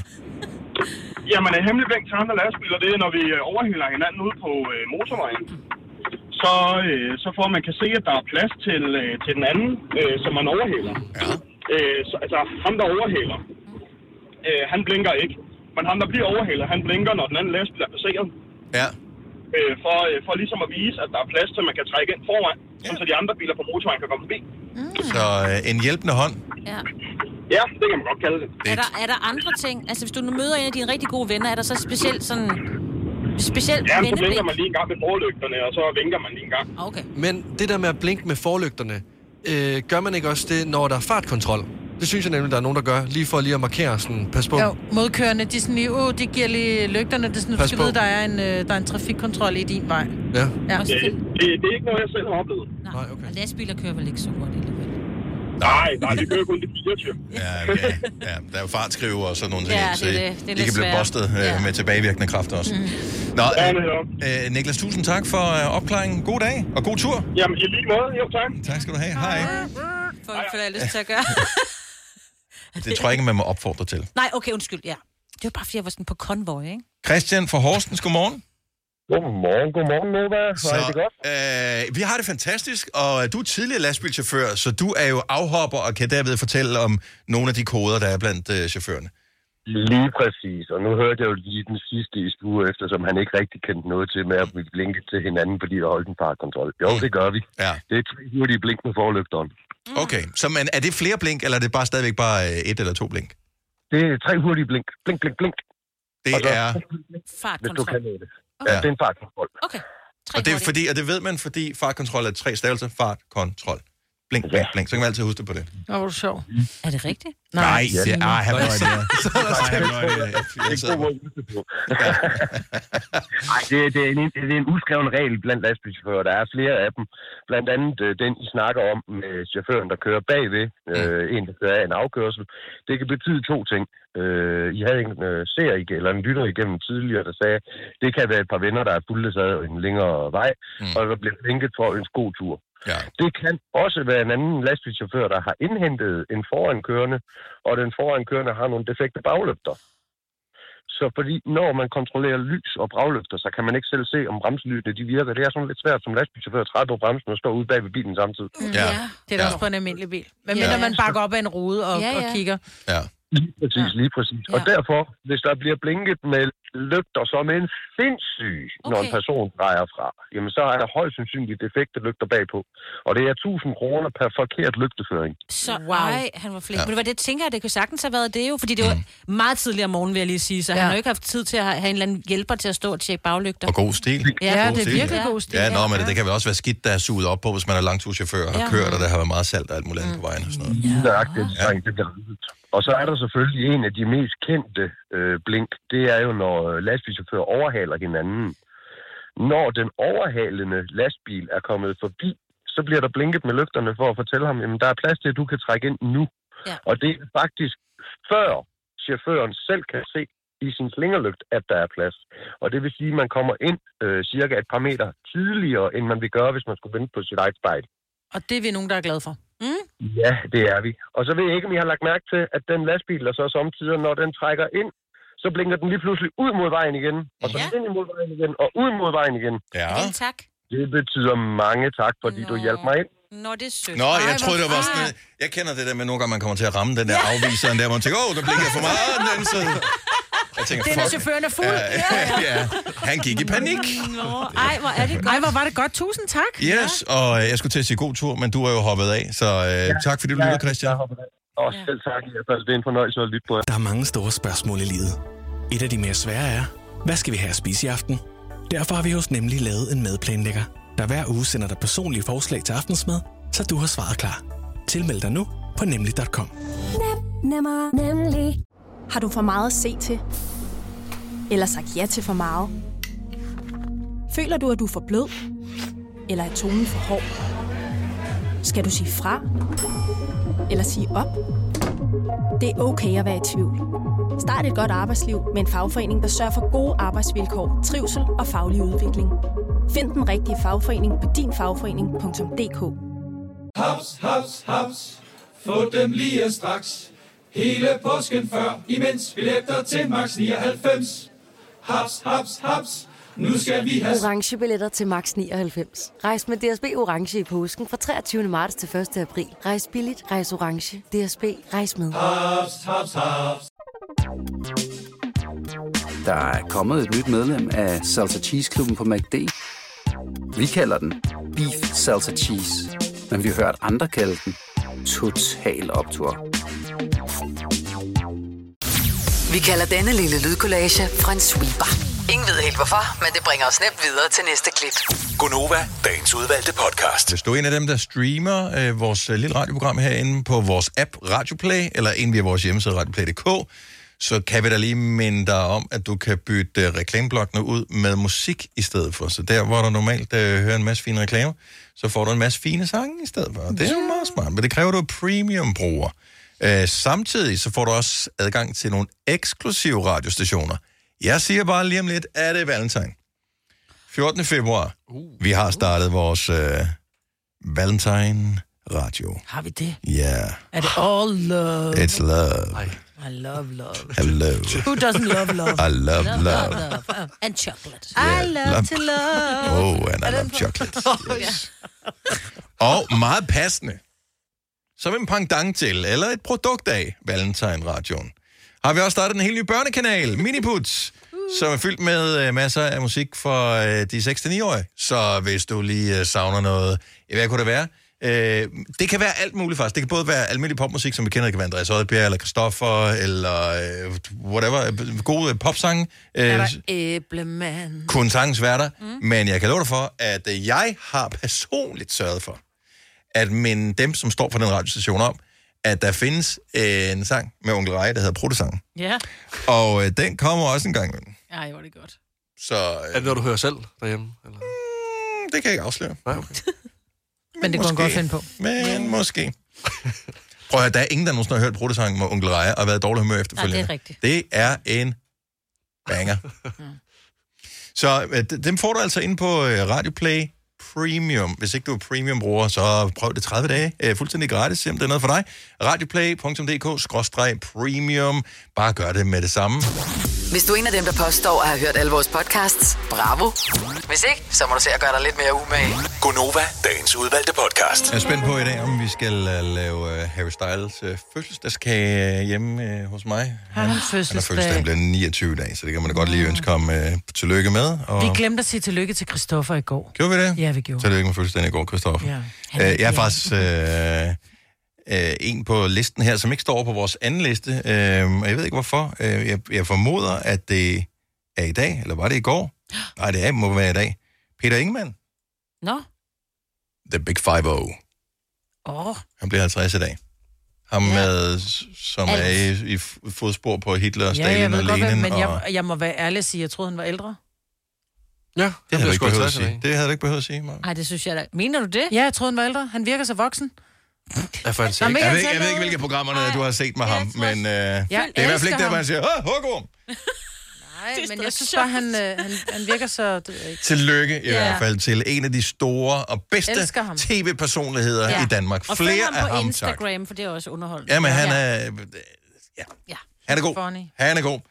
Jamen, en hemmelig blink til andre lastbiler, det er, når vi overhælder hinanden ude på øh, motorvejen. Så, øh, så får man kan se, at der er plads til, øh, til den anden, øh, som man overhælder. Ja. Øh, så, altså, ham der overhælder, øh, han blinker ikke. Men ham der bliver overhælder, han blinker, når den anden lastbil er passeret. Ja. Øh, for, øh, for ligesom at vise, at der er plads til, at man kan trække ind foran, ja. Så de andre biler på motorvejen kan komme forbi. Mm. Så øh, en hjælpende hånd. Ja. Ja, det kan man godt kalde det. Er der, er der andre ting? Altså, hvis du nu møder en af dine rigtig gode venner, er der så specielt sådan... Specielt Ja, så venneblink? blinker man lige en gang med forlygterne, og så vinker man lige en gang. Okay. Men det der med at blinke med forlygterne, øh, gør man ikke også det, når der er fartkontrol? Det synes jeg nemlig, der er nogen, der gør, lige for lige at markere sådan, pas på. Jo, modkørende, de, sådan lige, oh, de giver lige lygterne, det er sådan, du Pas skal på. vide, der er, en, øh, der er en trafikkontrol i din vej. Ja. Ja. Det, det, det er ikke noget, jeg selv har oplevet. Nej, okay. Lastbiler kører vel ikke så hurtigt alligevel? Nej, nej, det kører kun det fireogtyve. Ja, ja, ja, der er jo fartskriver og sådan nogle ting, Ja, det er så det. Det er de lidt kan blive sværere. bustet øh, Ja. med tilbagevirkende kraft også. Mm. Nå, øh, øh, Niklas, tusind tak for øh, opklaringen. God dag, og god tur. Jamen, i lige måde. Jo, tak. Tak skal du have. Hej. For for jeg lyst til at gøre. Det tror jeg ikke, man må opfordre til. Nej, okay, undskyld, ja. Det var bare, fordi jeg var sådan på konvoj, ikke? Christian fra Horsens, godmorgen. Godmorgen, godmorgen, Nova. Så, er det godt? Øh, vi har det fantastisk, og du er tidligere lastbilchauffør, så du er jo afhopper og kan derved fortælle om nogle af de koder, der er blandt øh, chaufførerne. Lige præcis, og nu hørte jeg jo lige den sidste i stue, eftersom han ikke rigtig kendte noget til med at vi blinke til hinanden, fordi der holdt en fartkontrol. Jo, det gør vi. Ja. Det er tre hurtige blink med forlygteren. Okay, så men er det flere blink, eller er det bare stadigvæk bare øh, et eller to blink? Det er tre hurtige blink. Blink, blink, blink. Det og så, er... Hvis du kan det. Okay. Ja, det er en fartkontrol. Okay. Og det, er fordi, og det ved man, fordi fartkontrol er tre stavelser. Fartkontrol. Blink, blink, blink. Så kan man altid huske det på det. Nå, hvor er du sjov. Er det rigtigt? Nej, det er... Ah, han var Så er der Nej, det, det, er en, det er en uskreven regel blandt lastbilchauffører. Der er flere af dem. Blandt andet øh, den, I snakker om med chaufføren, der kører bagved. Øh, en, der kører af en afkørsel. Det kan betyde to ting. Øh, I havde en øh, serie, eller en lytter igennem tidligere, der sagde, det kan være et par venner, der er fuldt af en længere vej, mm. og der bliver blinket for en god tur. Ja. Det kan også være en anden lastbilchauffør, der har indhentet en forankørende, og den forankørende har nogle defekte baglygter. Så fordi når man kontrollerer lys og baglygter, så kan man ikke selv se, om bremselysene de virker. Det er sådan lidt svært som lastbilchauffør at træde på bremsen og stå ude bag ved bilen samtidig. Ja, det er da Ja. også på en almindelig bil. Men Ja. mindre man bakker op af en rude og, Ja, ja. og kigger. Ja. Lige præcis, lige præcis. Og derfor, hvis der bliver blinket med lygter som en sindssyg, okay. når en person drejer fra, jamen så er der højst sandsynligt defekte lygter bagpå. Og det er tusind kroner per forkert lygteføring. Så wow. Ej, han var flink. Ja. Men det var det, tænker jeg, det kunne sagtens have været det jo, fordi det var meget tidligere om morgenen, vil jeg lige sige, så ja. han har jo ikke haft tid til at have en eller anden hjælper til at stå og tjekke baglygter. Og god stil. Ja, god det er stil. virkelig god stil. Ja, nå, men Ja. det kan vel også være skidt, der er suget op på, hvis man er langturschauffør og har Ja. kørt, og der har været meget salt og alt muligt andet på vejen og sådan noget. Ja. Ja. Det bliver renset. Og så er der selvfølgelig en af de mest kendte øh, blink, det er jo, når lastbilchauffører overhaler hinanden. Når den overhalende lastbil er kommet forbi, så bliver der blinket med lygterne for at fortælle ham, at der er plads til, at du kan trække ind nu. Ja. Og det er faktisk før chaufføren selv kan se i sin slingerlygt, at der er plads. Og det vil sige, at man kommer ind øh, cirka et par meter tidligere, end man vil gøre, hvis man skulle vente på sit eget spejl. Og det er vi nogen, der er glade for. Mm. Ja, det er vi. Og så ved jeg ikke, om I har lagt mærke til, at den lastbil, der så samtidig, når den trækker ind, så blinker den lige pludselig ud mod vejen igen, og så ja. ind mod vejen igen, og ud mod vejen igen. Ja. Tak. Det betyder mange tak, fordi Nå. du hjalp mig ind. Nå, det er sødt. Nå, jeg Ej, troede, det var sådan... fint. noget- Jeg kender det der med, nogle gange man kommer til at ramme den der afviseren der, hvor man tænker, åh, der blikker jeg for meget af den anden side. Jeg tænker, Det er, når fuck. chaufføren er fuld. Ja, ja, han gik i panik. Nå, ej, hvor er det godt. Ej, hvor var det godt. Tusind tak. Yes, og øh, jeg skulle til at sige god tur, men du er jo hoppet af, så øh, ja, tak fordi du lytter, Christian. Og selv tak, i hvert fald. Det er en fornøjelse at lytte på jer. Der er mange store spørgsmål i livet. Et af de mere svære er, hvad skal vi have at spise i aften? Derfor har vi hos Nemlig lavet en madplanlægger, der hver uge sender dig personlige forslag til aftensmad, så du har svaret klar. Tilmeld dig nu på nemlig punktum com. Nem, nemmer, nemlig. Har du for meget at se til? Eller sagt ja til for meget? Føler du, at du er for blød? Eller er tonen for hård? Skal du sige fra? Eller sige op? Det er okay at være i tvivl. Start et godt arbejdsliv med en fagforening, der sørger for gode arbejdsvilkår, trivsel og faglig udvikling. Find den rigtige fagforening på din fagforening punktum d k. Haps, haps, haps. Få dem lige straks. Hele påsken før, imens billetter til max nioghalvfems. Haps, haps, haps. Nu skal vi have... Orange billetter til max nioghalvfems. Rejs med D S B Orange i påsken fra treogtyvende marts til første april. Rejs billigt, rejs orange. D S B, rejs med. Haps, haps, haps. Der er kommet et nyt medlem af Salsa Cheese Klubben på McD. Vi kalder den Beef Salsa Cheese, men vi har hørt andre kalde den Total Optur. Vi kalder denne lille lydkollage en sweeper. Ingen ved helt hvorfor, men det bringer os nemt videre til næste klip. Gunova, dagens udvalgte podcast. Hvis du er en af dem, der streamer øh, vores øh, lille radioprogram herinde på vores app Radioplay, eller ind via vores hjemmeside radioplay punktum d k, så kan vi da lige minde dig om, at du kan bytte øh, reklameblokkene ud med musik i stedet for. Så der, hvor du normalt øh, hører en masse fine reklamer, så får du en masse fine sange i stedet for. Og det er jo meget smart, men det kræver, du er premium-bruger. Øh, samtidig så får du også adgang til nogle eksklusive radiostationer. Jeg siger bare lige om lidt, er det Valentine. fjortende februar. Uh. Vi har startet vores øh, Valentine Radio. Har vi det? Ja. Yeah. Er det all love? It's love. I love love. Hello. Who doesn't love love? I love love. love, love. And chocolate. Yeah, I love, love to love. Oh, and I love chocolate. Yes. Og meget passende, som en pendant til, eller et produkt af Valentine-radioen, har vi også startet en helt ny børnekanal, Miniputs, som er fyldt med uh, masser af musik for uh, de seks til ni-årige. Så hvis du lige uh, savner noget, hvad kunne det være? Uh, det kan være alt muligt faktisk. Det kan både være almindelig popmusik, som vi kender. Det kan være Andreas Oddbjerg, eller Christoffer, eller uh, whatever. Gode uh, popsange. Uh, Er der æblemand? Kunne sagtens være der. Mm. Men jeg kan love dig for, at uh, jeg har personligt sørget for, at minde dem, som står for den radiostation om, at der findes en sang med Onkel Reje, der hedder Protesang. Ja. Og øh, den kommer også en gang imellem. Ej, hvor er det godt. Så, øh, er det noget, du hører selv derhjemme? Eller? Mm, det kan jeg ikke afsløre. Nej, okay. Men det kunne man godt finde på. Men yeah. måske. Prøv at høre, der er ingen, der nogensinde har hørt Protesang med Onkel Reje og har været dårlig humør efterfølgende. Nej, det er rigtigt. Det er en banger. Så øh, dem får du altså ind på øh, Radioplay Premium. Hvis ikke du er premium-bruger, så prøv det tredive dage. Øh, fuldstændig gratis, simpelthen det er noget for dig. radioplay punktum d k skråstreg premium. Bare gør det med det samme. Hvis du er en af dem, der påstår at have hørt alle vores podcasts, bravo. Hvis ikke, så må du se at gøre dig lidt mere umage. Gunova, dagens udvalgte podcast. Jeg er spændt på i dag, om vi skal uh, lave uh, Harry Styles uh, fødselsdagsskage uh, hjemme uh, hos mig. Han har fødselsdag. Han har fødselsdag, bliver niogtyve dage, så det kan man da godt lige ønske ham uh, tillykke med. Og... Vi glemte at sige tillykke til Christoffer i går. Gjorde vi det? Ja, vi gjorde. Tillykke med fødselsdagen i går, Christoffer. Ja. Uh, jeg er faktisk uh, uh, en på listen her, som ikke står på vores anden liste, uh, og jeg ved ikke hvorfor. Uh, jeg, jeg formoder, at det er i dag, eller var det i går? Nej, det er, må være i dag. Peter Ingemann. Nå. The Big Five O. Åh. Oh. Han bliver halvtreds i dag. Ham ja. med, som Alt. er i, i fodspor på Hitler, Stalin ja, jeg ved og godt, Lenin. Men og... jeg, jeg må være ærlig at sige, jeg troede, han var ældre. Ja, det havde du ikke behøvet at sige. Det havde du ikke behøvet at sige, Maja. Nej, det synes jeg da. Mener du det? Ja, jeg troede, han var ældre. Han virker så voksen. Jeg, Nå, jeg, ved, jeg, ved, jeg ved ikke, hvilke programmerne du har set med ham, men uh, det er i hvert fald ikke der, hvor han siger, åh, hugorm! Nej, men jeg synes bare, han, øh, han, han virker så... Det Tillykke i ja. hvert fald til en af de store og bedste tv-personligheder ja. i Danmark. Og flere ham af på ham, Instagram, tak. for det er også underholdende. Jamen, han ja. er... Ja. ja. Han er god. Funny. Han er god. Ja.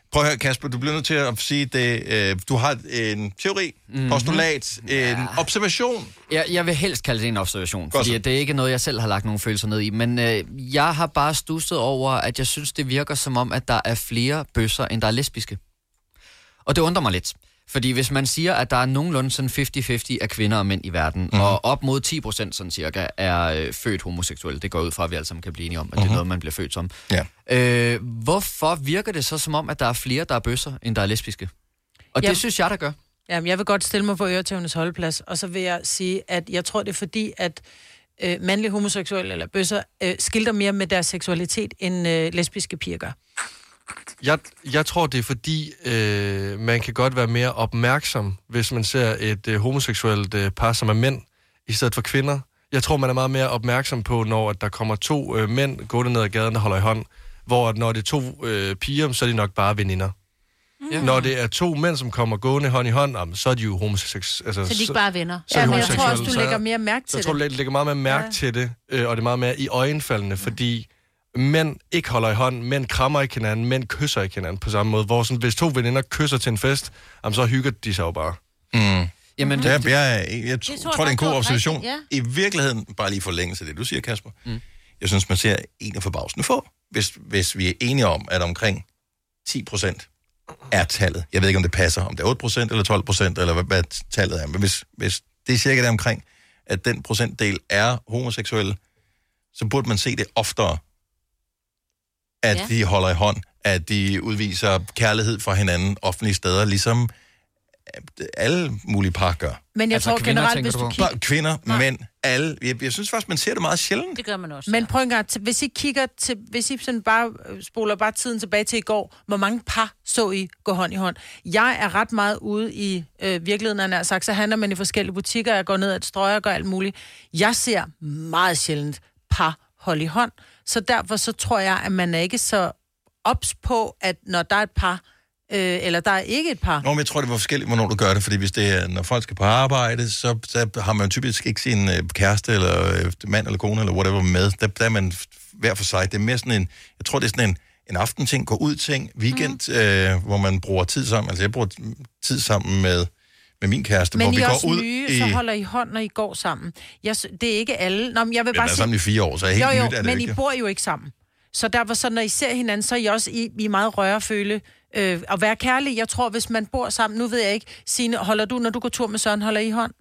Prøv at høre, Kasper, du bliver nødt til at sige det. Øh, du har en teori, mm-hmm. postulat, en ja. observation. Jeg, jeg vil helst kalde det en observation, fordi det er ikke noget, jeg selv har lagt nogle følelser ned i. Men øh, jeg har bare stusset over, at jeg synes, det virker som om, at der er flere bøsser, end der er lesbiske. Og det undrer mig lidt. Fordi hvis man siger, at der er nogenlunde sådan halvtreds halvtreds af kvinder og mænd i verden, mm-hmm. og op mod ti procent sådan cirka er øh, født homoseksuelle, det går ud fra, at vi alle sammen kan blive enige om, at mm-hmm. det er noget, man bliver født som. Ja. Øh, hvorfor virker det så som om, at der er flere, der er bøsser, end der er lesbiske? Og Jamen, det synes jeg, der gør. Jamen, jeg vil godt stille mig på øretævnes holdeplads, og så vil jeg sige, at jeg tror, det er fordi, at øh, mandlige homoseksuelle eller bøsser øh, skilter mere med deres seksualitet, end øh, lesbiske piger gør. Jeg, jeg tror, det er fordi, øh, man kan godt være mere opmærksom, hvis man ser et øh, homoseksuelt øh, par, som er mænd, i stedet for kvinder. Jeg tror, man er meget mere opmærksom på, når at der kommer to øh, mænd gående ned ad gaden, der holder i hånd, hvor at når det er to øh, piger, så er de nok bare veninder. Mm. Når det er to mænd, som kommer gående hånd i hånd, så er de jo homoseksuelle. Altså, så de er ikke bare venner. Ja, men jeg tror også, du lægger mere mærke til det. Jeg tror, du lægger meget mere mærke ja. til det, øh, og det er meget mere i øjenfaldene, ja. fordi mænd ikke holder i hånd, mænd krammer ikke hinanden, mænd kysser ikke hinanden på samme måde. Hvor sådan, hvis to veninder kysser til en fest, jamen, så hygger de sig jo bare. Mm. Jamen, det, jeg, jeg, jeg, jeg tror, tror, det er en god observation. Ja. I virkeligheden, bare lige forlængelse af det, du siger, Kasper. Mm. Jeg synes, man ser en af forbavsende få. Hvis, hvis vi er enige om, at omkring ti procent er tallet. Jeg ved ikke, om det passer, om det er otte procent eller tolv procent, eller hvad, hvad tallet er. Men hvis, hvis det er cirka der omkring, at den procentdel er homoseksuelle, så burde man se det oftere, at ja. de holder i hånd, at de udviser kærlighed fra hinanden offentlige steder, ligesom alle mulige par gør. Men jeg altså, tror kvinder, generelt, hvis du kigger... Kvinder, Nej. mænd, alle. Jeg, jeg synes faktisk, man ser det meget sjældent. Det gør man også. Men prøv en gang, hvis I kigger til, hvis I sådan bare spoler bare tiden tilbage til i går, hvor mange par så I gå hånd i hånd? Jeg er ret meget ude i øh, virkeligheden, af sagt, så handler man i forskellige butikker, jeg går ned ad et strøg og gør alt muligt. Jeg ser meget sjældent par holde i hånd, så derfor så tror jeg, at man er ikke så ops på, at når der er et par, øh, eller der er ikke et par. Nå, men jeg tror, det var forskelligt, hvornår du gør det, fordi hvis det er, når folk skal på arbejde, så, så har man typisk ikke sin øh, kæreste, eller øh, mand, eller kone, eller whatever med. Der, der er man hver for sig. Det er mere sådan en, jeg tror, det er sådan en, en aftenting, gå ud ting, weekend, mm. øh, hvor man bruger tid sammen. Altså, jeg bruger tid sammen med med min kæreste, men hvor vi går ud nye, i... så holder I hånd, når I går sammen. Jeg, det er ikke alle... Nå, men jeg vil bare sige... sige... sammen i fire år, så er helt jo, jo, nyt, er det men ikke? I bor jo ikke sammen. Så derfor, så når I ser hinanden, så er I også I, I meget røreføle. Øh, at være kærlig, jeg tror, hvis man bor sammen... Nu ved jeg ikke, Signe, holder du, når du går tur med Søren, holder I hånd?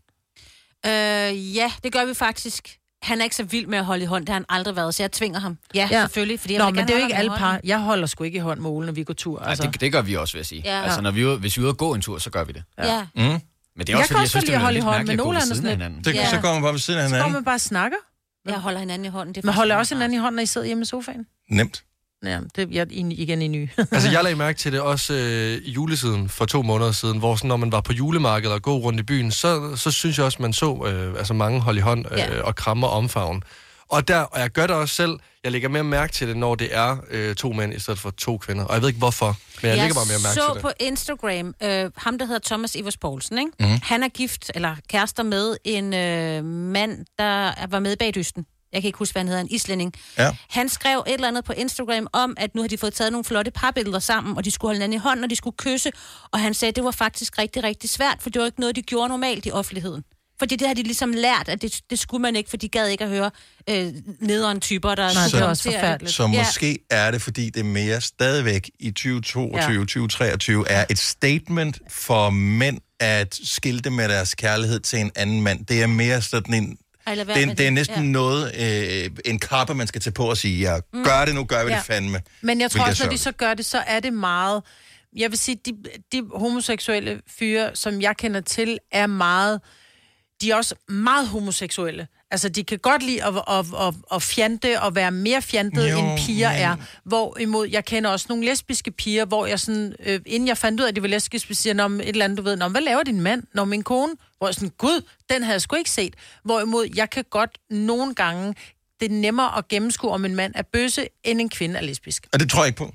Øh, ja, det gør vi faktisk. Han er ikke så vild med at holde i hånd, det har han aldrig været, så jeg tvinger ham. Ja, ja. selvfølgelig. Fordi Nå, men det er jo ikke alle par. Jeg holder sgu ikke i hånd med Ole, når vi går tur. Altså. Ja, det, det gør vi også, vil jeg sige. Ja. Altså, når vi er, hvis vi er ude og gå en tur, så gør vi det. Ja. ja. Mm. Men det er også, jeg fordi, kan jeg synes, det er holde i hånd med nogle andre sådan det, ja. Så går man bare ved siden af hinanden. Så går man bare og snakker. Jeg holder hinanden i hånden. Det man holder også hinanden i hånden, når I sidder hjemme i sofaen. Nemt. Ja, det er igen i ny. Altså, jeg lagde mærke til det også øh, i julesiden for to måneder siden, hvor sådan, når man var på julemarkedet og gå rundt i byen, så, så synes jeg også, man så øh, altså mange holde i hånd øh, ja. og krammer omfavn. Og, der, og jeg gør det også selv. Jeg lægger mere mærke til det, når det er øh, to mænd i stedet for to kvinder. Og jeg ved ikke hvorfor, men jeg, jeg lægger bare mere mærke til det. Jeg så på Instagram, øh, ham der hedder Thomas Ivers Poulsen, ikke? Mm-hmm. Han er gift, eller kærester med en øh, mand, der var med i Bagdysten. Jeg kan ikke huske, hvad han hedder, en islænding. Ja. Han skrev et eller andet på Instagram om, at nu har de fået taget nogle flotte parbilleder sammen, og de skulle holde hinanden i hånden, og de skulle kysse. Og han sagde, at det var faktisk rigtig, rigtig svært, for det var ikke noget, de gjorde normalt i offentligheden. Fordi det har de ligesom lært, at det, det skulle man ikke, for de gad ikke at høre øh, nederen typer, der... Nej, det er også forfærdeligt. Så ja. Måske er det, fordi det mere stadigvæk i tyve toogtyve, ja. tyve treogtyve er et statement for mænd at skilte med deres kærlighed til en anden mand. Det er mere sådan en... Det er, det er næsten ja. noget, øh, en kappe, man skal tage på og sige, ja, mm. gør det nu, gør vi ja. det fandme. Men jeg tror også, når de så gør det, så er det meget... Jeg vil sige, de, de homoseksuelle fyre, som jeg kender til, er meget... De er også meget homoseksuelle. Altså, de kan godt lide at, at, at, at fjante og være mere fjantede, jo, end piger men... er. Hvorimod, jeg kender også nogle lesbiske piger, hvor jeg sådan, øh, inden jeg fandt ud af, at de var lesbiske, siger, om et eller andet, du ved, hvad laver din mand? Når min kone? Hvor jeg sådan, gud, den havde jeg sgu ikke set. Hvorimod, jeg kan godt nogle gange, det er nemmere at gennemskue, om en mand er bøsse, end en kvinde er lesbisk. Og det tror jeg ikke på.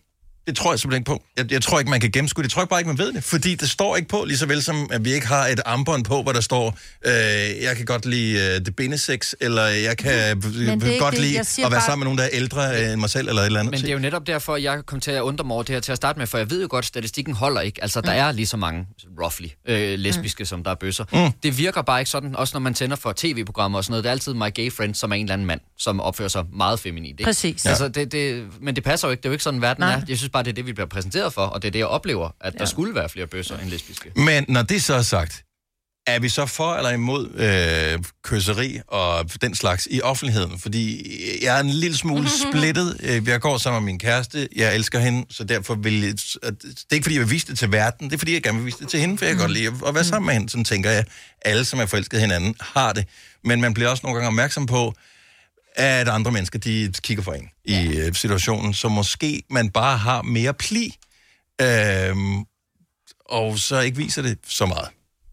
Det tror jeg simpelthen ikke på. Jeg, jeg tror ikke, man kan gennemskue det. Jeg tror bare ikke, man ved det. Fordi det står ikke på, lige så vel som at vi ikke har et armbånd på, hvor der står, øh, jeg kan godt lide uh, det bindesex, eller jeg kan øh, godt lide at være bare... sammen med nogen, der er ældre end mig selv, eller et eller andet. Men det er jo netop derfor, jeg kom til at undre mig over det her til at starte med, for jeg ved jo godt, at statistikken holder ikke. Altså, der mm. er lige så mange, roughly, øh, lesbiske, mm. som der er bøsser. Mm. Det virker bare ikke sådan, også når man tænder for tv-programmer og sådan noget. Det er altid my gay friend, som er en eller anden mand, som opfører sig meget feminint. Ikke? Præcis. Altså, det, det, men det passer jo ikke. Det er jo ikke sådan, verden Nej. er. Jeg synes bare, det er det, vi bliver præsenteret for, og det er det, jeg oplever, at ja. der skulle være flere bøsser end lesbiske. Men når det så er sagt, er vi så for eller imod øh, kysseri og den slags i offentligheden? Fordi jeg er en lille smule splittet. Jeg går sammen med min kæreste. Jeg elsker hende, så derfor vil jeg... Det er ikke, fordi jeg vil vise det til verden. Det er, fordi jeg gerne vil vise det til hende, for jeg kan godt lide at være sammen med hende. Sådan tænker jeg, alle, som er forelsket hinanden, har det. Men man bliver også nogle gange opmærksom på, at andre mennesker, de kigger for en i ja. situationen, så måske man bare har mere pli, øhm, og så ikke viser det så meget.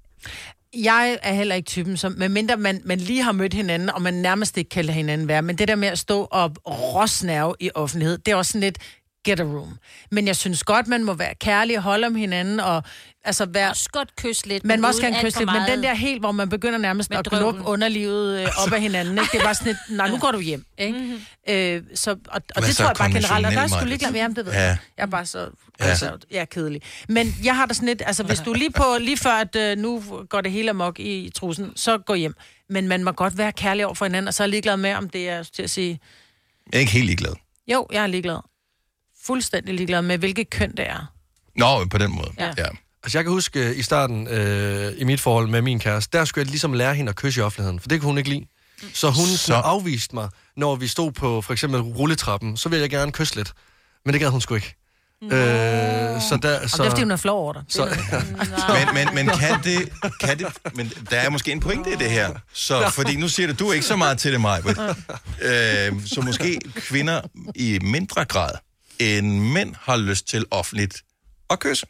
Jeg er heller ikke typen, som, medmindre man, man lige har mødt hinanden, og man nærmest ikke kan lade hinanden være, men det der med at stå og råsnærve i offentlighed, det er også sådan lidt get a room. Men jeg synes godt, man må være kærlig og holde om hinanden, og altså være... Også godt kysse lidt. Man må også gerne kysse lidt, men den der helt, hvor man begynder nærmest at gluppe underlivet øh, op af hinanden, ikke? Det er bare sådan lidt, nej, nu går du hjem, ikke? Mm-hmm. Øh, så, og og det tror jeg bare generelt, og der er sgu ikke lade være, det ved jeg. Jeg er bare så... Ja. Altså, jeg er kedelig. Men jeg har da sådan lidt, altså hvis du lige på, lige før, at øh, nu går det hele amok i trussen, så gå hjem. Men man må godt være kærlig over for hinanden, og så er jeg ligeglad med, om det er til at sige... Jeg er ikke helt ligeglad. Jo, jeg er ligeglad. Fuldstændig ligeglad med, hvilket køn det er. Nå, på den måde. Ja. Ja. Altså, jeg kan huske i starten øh, i mit forhold med min kæreste, der skulle jeg ligesom lære hende at kysse i offentligheden, for det kunne hun ikke lide. Så hun så... afviste mig, når vi stod på for eksempel rulletrappen, så ville jeg gerne kysse lidt. Men det gad hun sgu ikke. Øh, så der, så... Og det er, fordi hun er flov over dig. Så, ja. men, men, men kan det... Kan det men der er måske en pointe i det her. Så, fordi nu siger du, du er ikke så meget til det, Maja. øh, så måske kvinder i mindre grad end mænd har lyst til offentligt at kysse.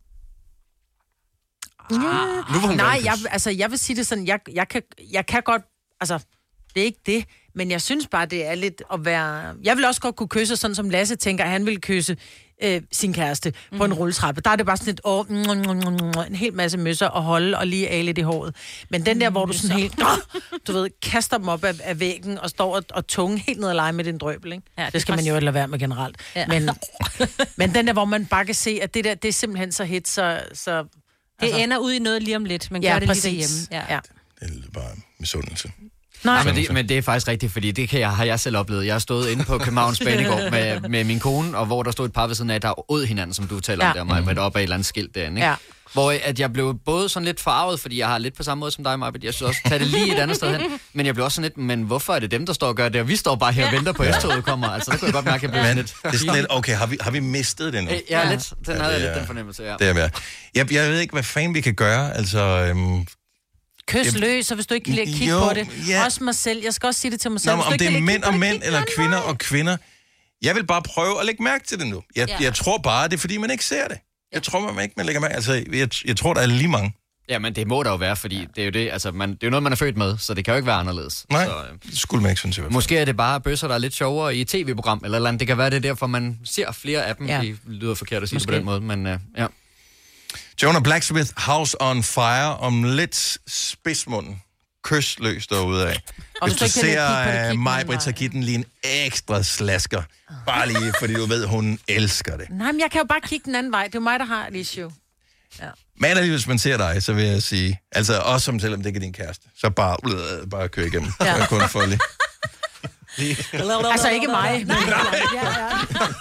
Ja. Nu Nej, jeg, altså, jeg vil sige det sådan, jeg, jeg, kan, jeg kan godt, altså, det er ikke det, men jeg synes bare, det er lidt at være... Jeg vil også godt kunne kysse, sådan som Lasse tænker, at han ville kysse øh, sin kæreste mm. på en rulletrappe. Der er det bare sådan et, åh, mm, mm, mm, en hel masse møsser og holde og lige af lidt i håret. Men den der, hvor du sådan helt, du ved, kaster dem op af, af væggen og står og, og tunge helt ned og lege med din drøbel, ikke? Ja, det, det skal man jo ikke lade være med generelt. Ja. Men, men den der, hvor man bare kan se, at det der, det er simpelthen så hit, så... så det altså, ender ud i noget lige om lidt. Man gør ja, det præcis. Lige derhjemme. Ja. Ja. Det er bare misundelse. Nej, men det, men det er faktisk rigtigt, fordi det kan jeg, har jeg selv oplevet. Jeg har stået inde på Københavns Banegård med, med min kone, og hvor der stod et par ved siden af, der åd hinanden, som du taler ja. om der, Maja, med op af et eller andet skilt derinde, ikke? Ja. Hvor at jeg blev både sådan lidt forarvet, fordi jeg har lidt på samme måde som dig, Maja, jeg synes også, tage det lige et andet sted hen, men jeg blev også sådan lidt, men hvorfor er det dem, der står og gør det, og vi står bare her og venter på, at S-toget kommer? Altså, det kunne jeg godt mærke, at jeg blev lidt... Det er sådan lidt, okay, har vi, har vi mistet det nu? Ja, ja. lidt. Den ja, havde jeg lidt, den fornemmelse, ja. Det er jeg, jeg, jeg ved ikke, hvad fanden vi kan gøre, altså... Øhm Kys løs, så hvis du ikke kan lide at kigge på det. Ja. Også mig selv. Jeg skal også sige det til mig selv. Nå, om det er mænd og mænd, eller kvinder og kvinder. Jeg vil bare prøve at lægge mærke til det nu. Jeg, ja. jeg tror bare, det er fordi, man ikke ser det. Jeg tror, man ikke man lægger mærke. Altså, jeg, jeg tror, der er lige mange. Ja, men det må der jo være, fordi det er jo det, altså, man, det er jo noget, man er født med, så det kan jo ikke være anderledes. Nej, så, øh, det skulle man ikke synes. Måske er det bare bøsser, der er lidt sjovere i et tv-program, eller, eller andet. Det kan være, det er derfor, man ser flere af dem. Ja. Det lyder forkert at sige på den måde, men øh, ja. Jonah Blacksmith, House on Fire, om lidt spidsmunden. Kys løs derude af. Hvis du ser uh, Maj-Brit, så giv den lige en ekstra slasker. Bare lige, fordi du ved, hun elsker det. Nej, men jeg kan jo bare kigge den anden vej. Det er jo mig, der har et issue. Ja. Men alligevel, hvis man ser dig, så vil jeg sige, altså også som selvom det ikke er din kæreste, så bare, uh, bare kør igennem. Ja. Så kun for lige. Altså ikke mig. Men... ja, ja.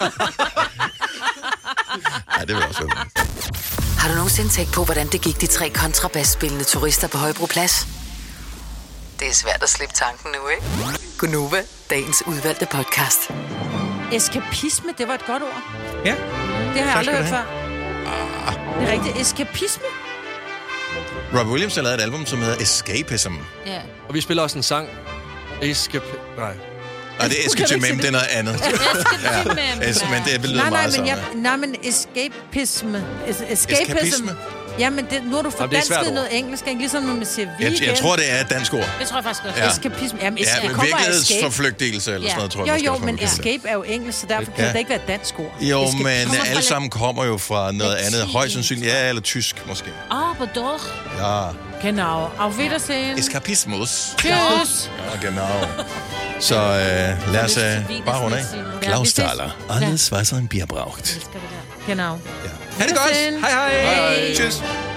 Ja, det vil også være. Har du nogensinde tænkt på, hvordan det gik de tre kontrabasspillende turister på Højbroplads? Det er svært at slippe tanken nu, ikke? Gunova, dagens udvalgte podcast. Eskapisme, det var et godt ord. Ja. Det har jeg aldrig hørt før. Ah. Det er rigtigt. Eskapisme. Robbie Williams har lavet et album, som hedder Escapism. Ja. Og vi spiller også en sang. Escape... Nej. Nej, det er Escapism, det er noget andet. Ja. Es, men det lyder nej, nej, meget men sammen. Jeg, nej, men escapism. Es, escapism. Escapism. Ja, men det, nu har du fået dansket noget engelsk, ikke? Ligesom man siger jeg, jeg tror, det er et dansk ord. Det tror jeg faktisk også. Ja. Eskapisme. Jamen, Ja, escape men kommer af escape. virkelighedsforflygtigelse eller sådan noget, tror jeg. Jo, måske jo, også, man men kan kalde det. escape er jo engelsk, så derfor kan Ja. det ikke være et dansk ord. Jo, Escape men kommer fra alle sammen kommer jo fra noget andet. Højst sandsynligt, ja, eller tysk måske. Ah, aber doch. Ja. Genau. Auf Wiedersehen. Eskapismus. Tschüss. Ja, genau. Så øh, lad os øh, bare runde af. Klaus Thaler. Alles, was ein Bier braucht. Genau. Ha' det godt. Hej hej. Hej. Tschüss.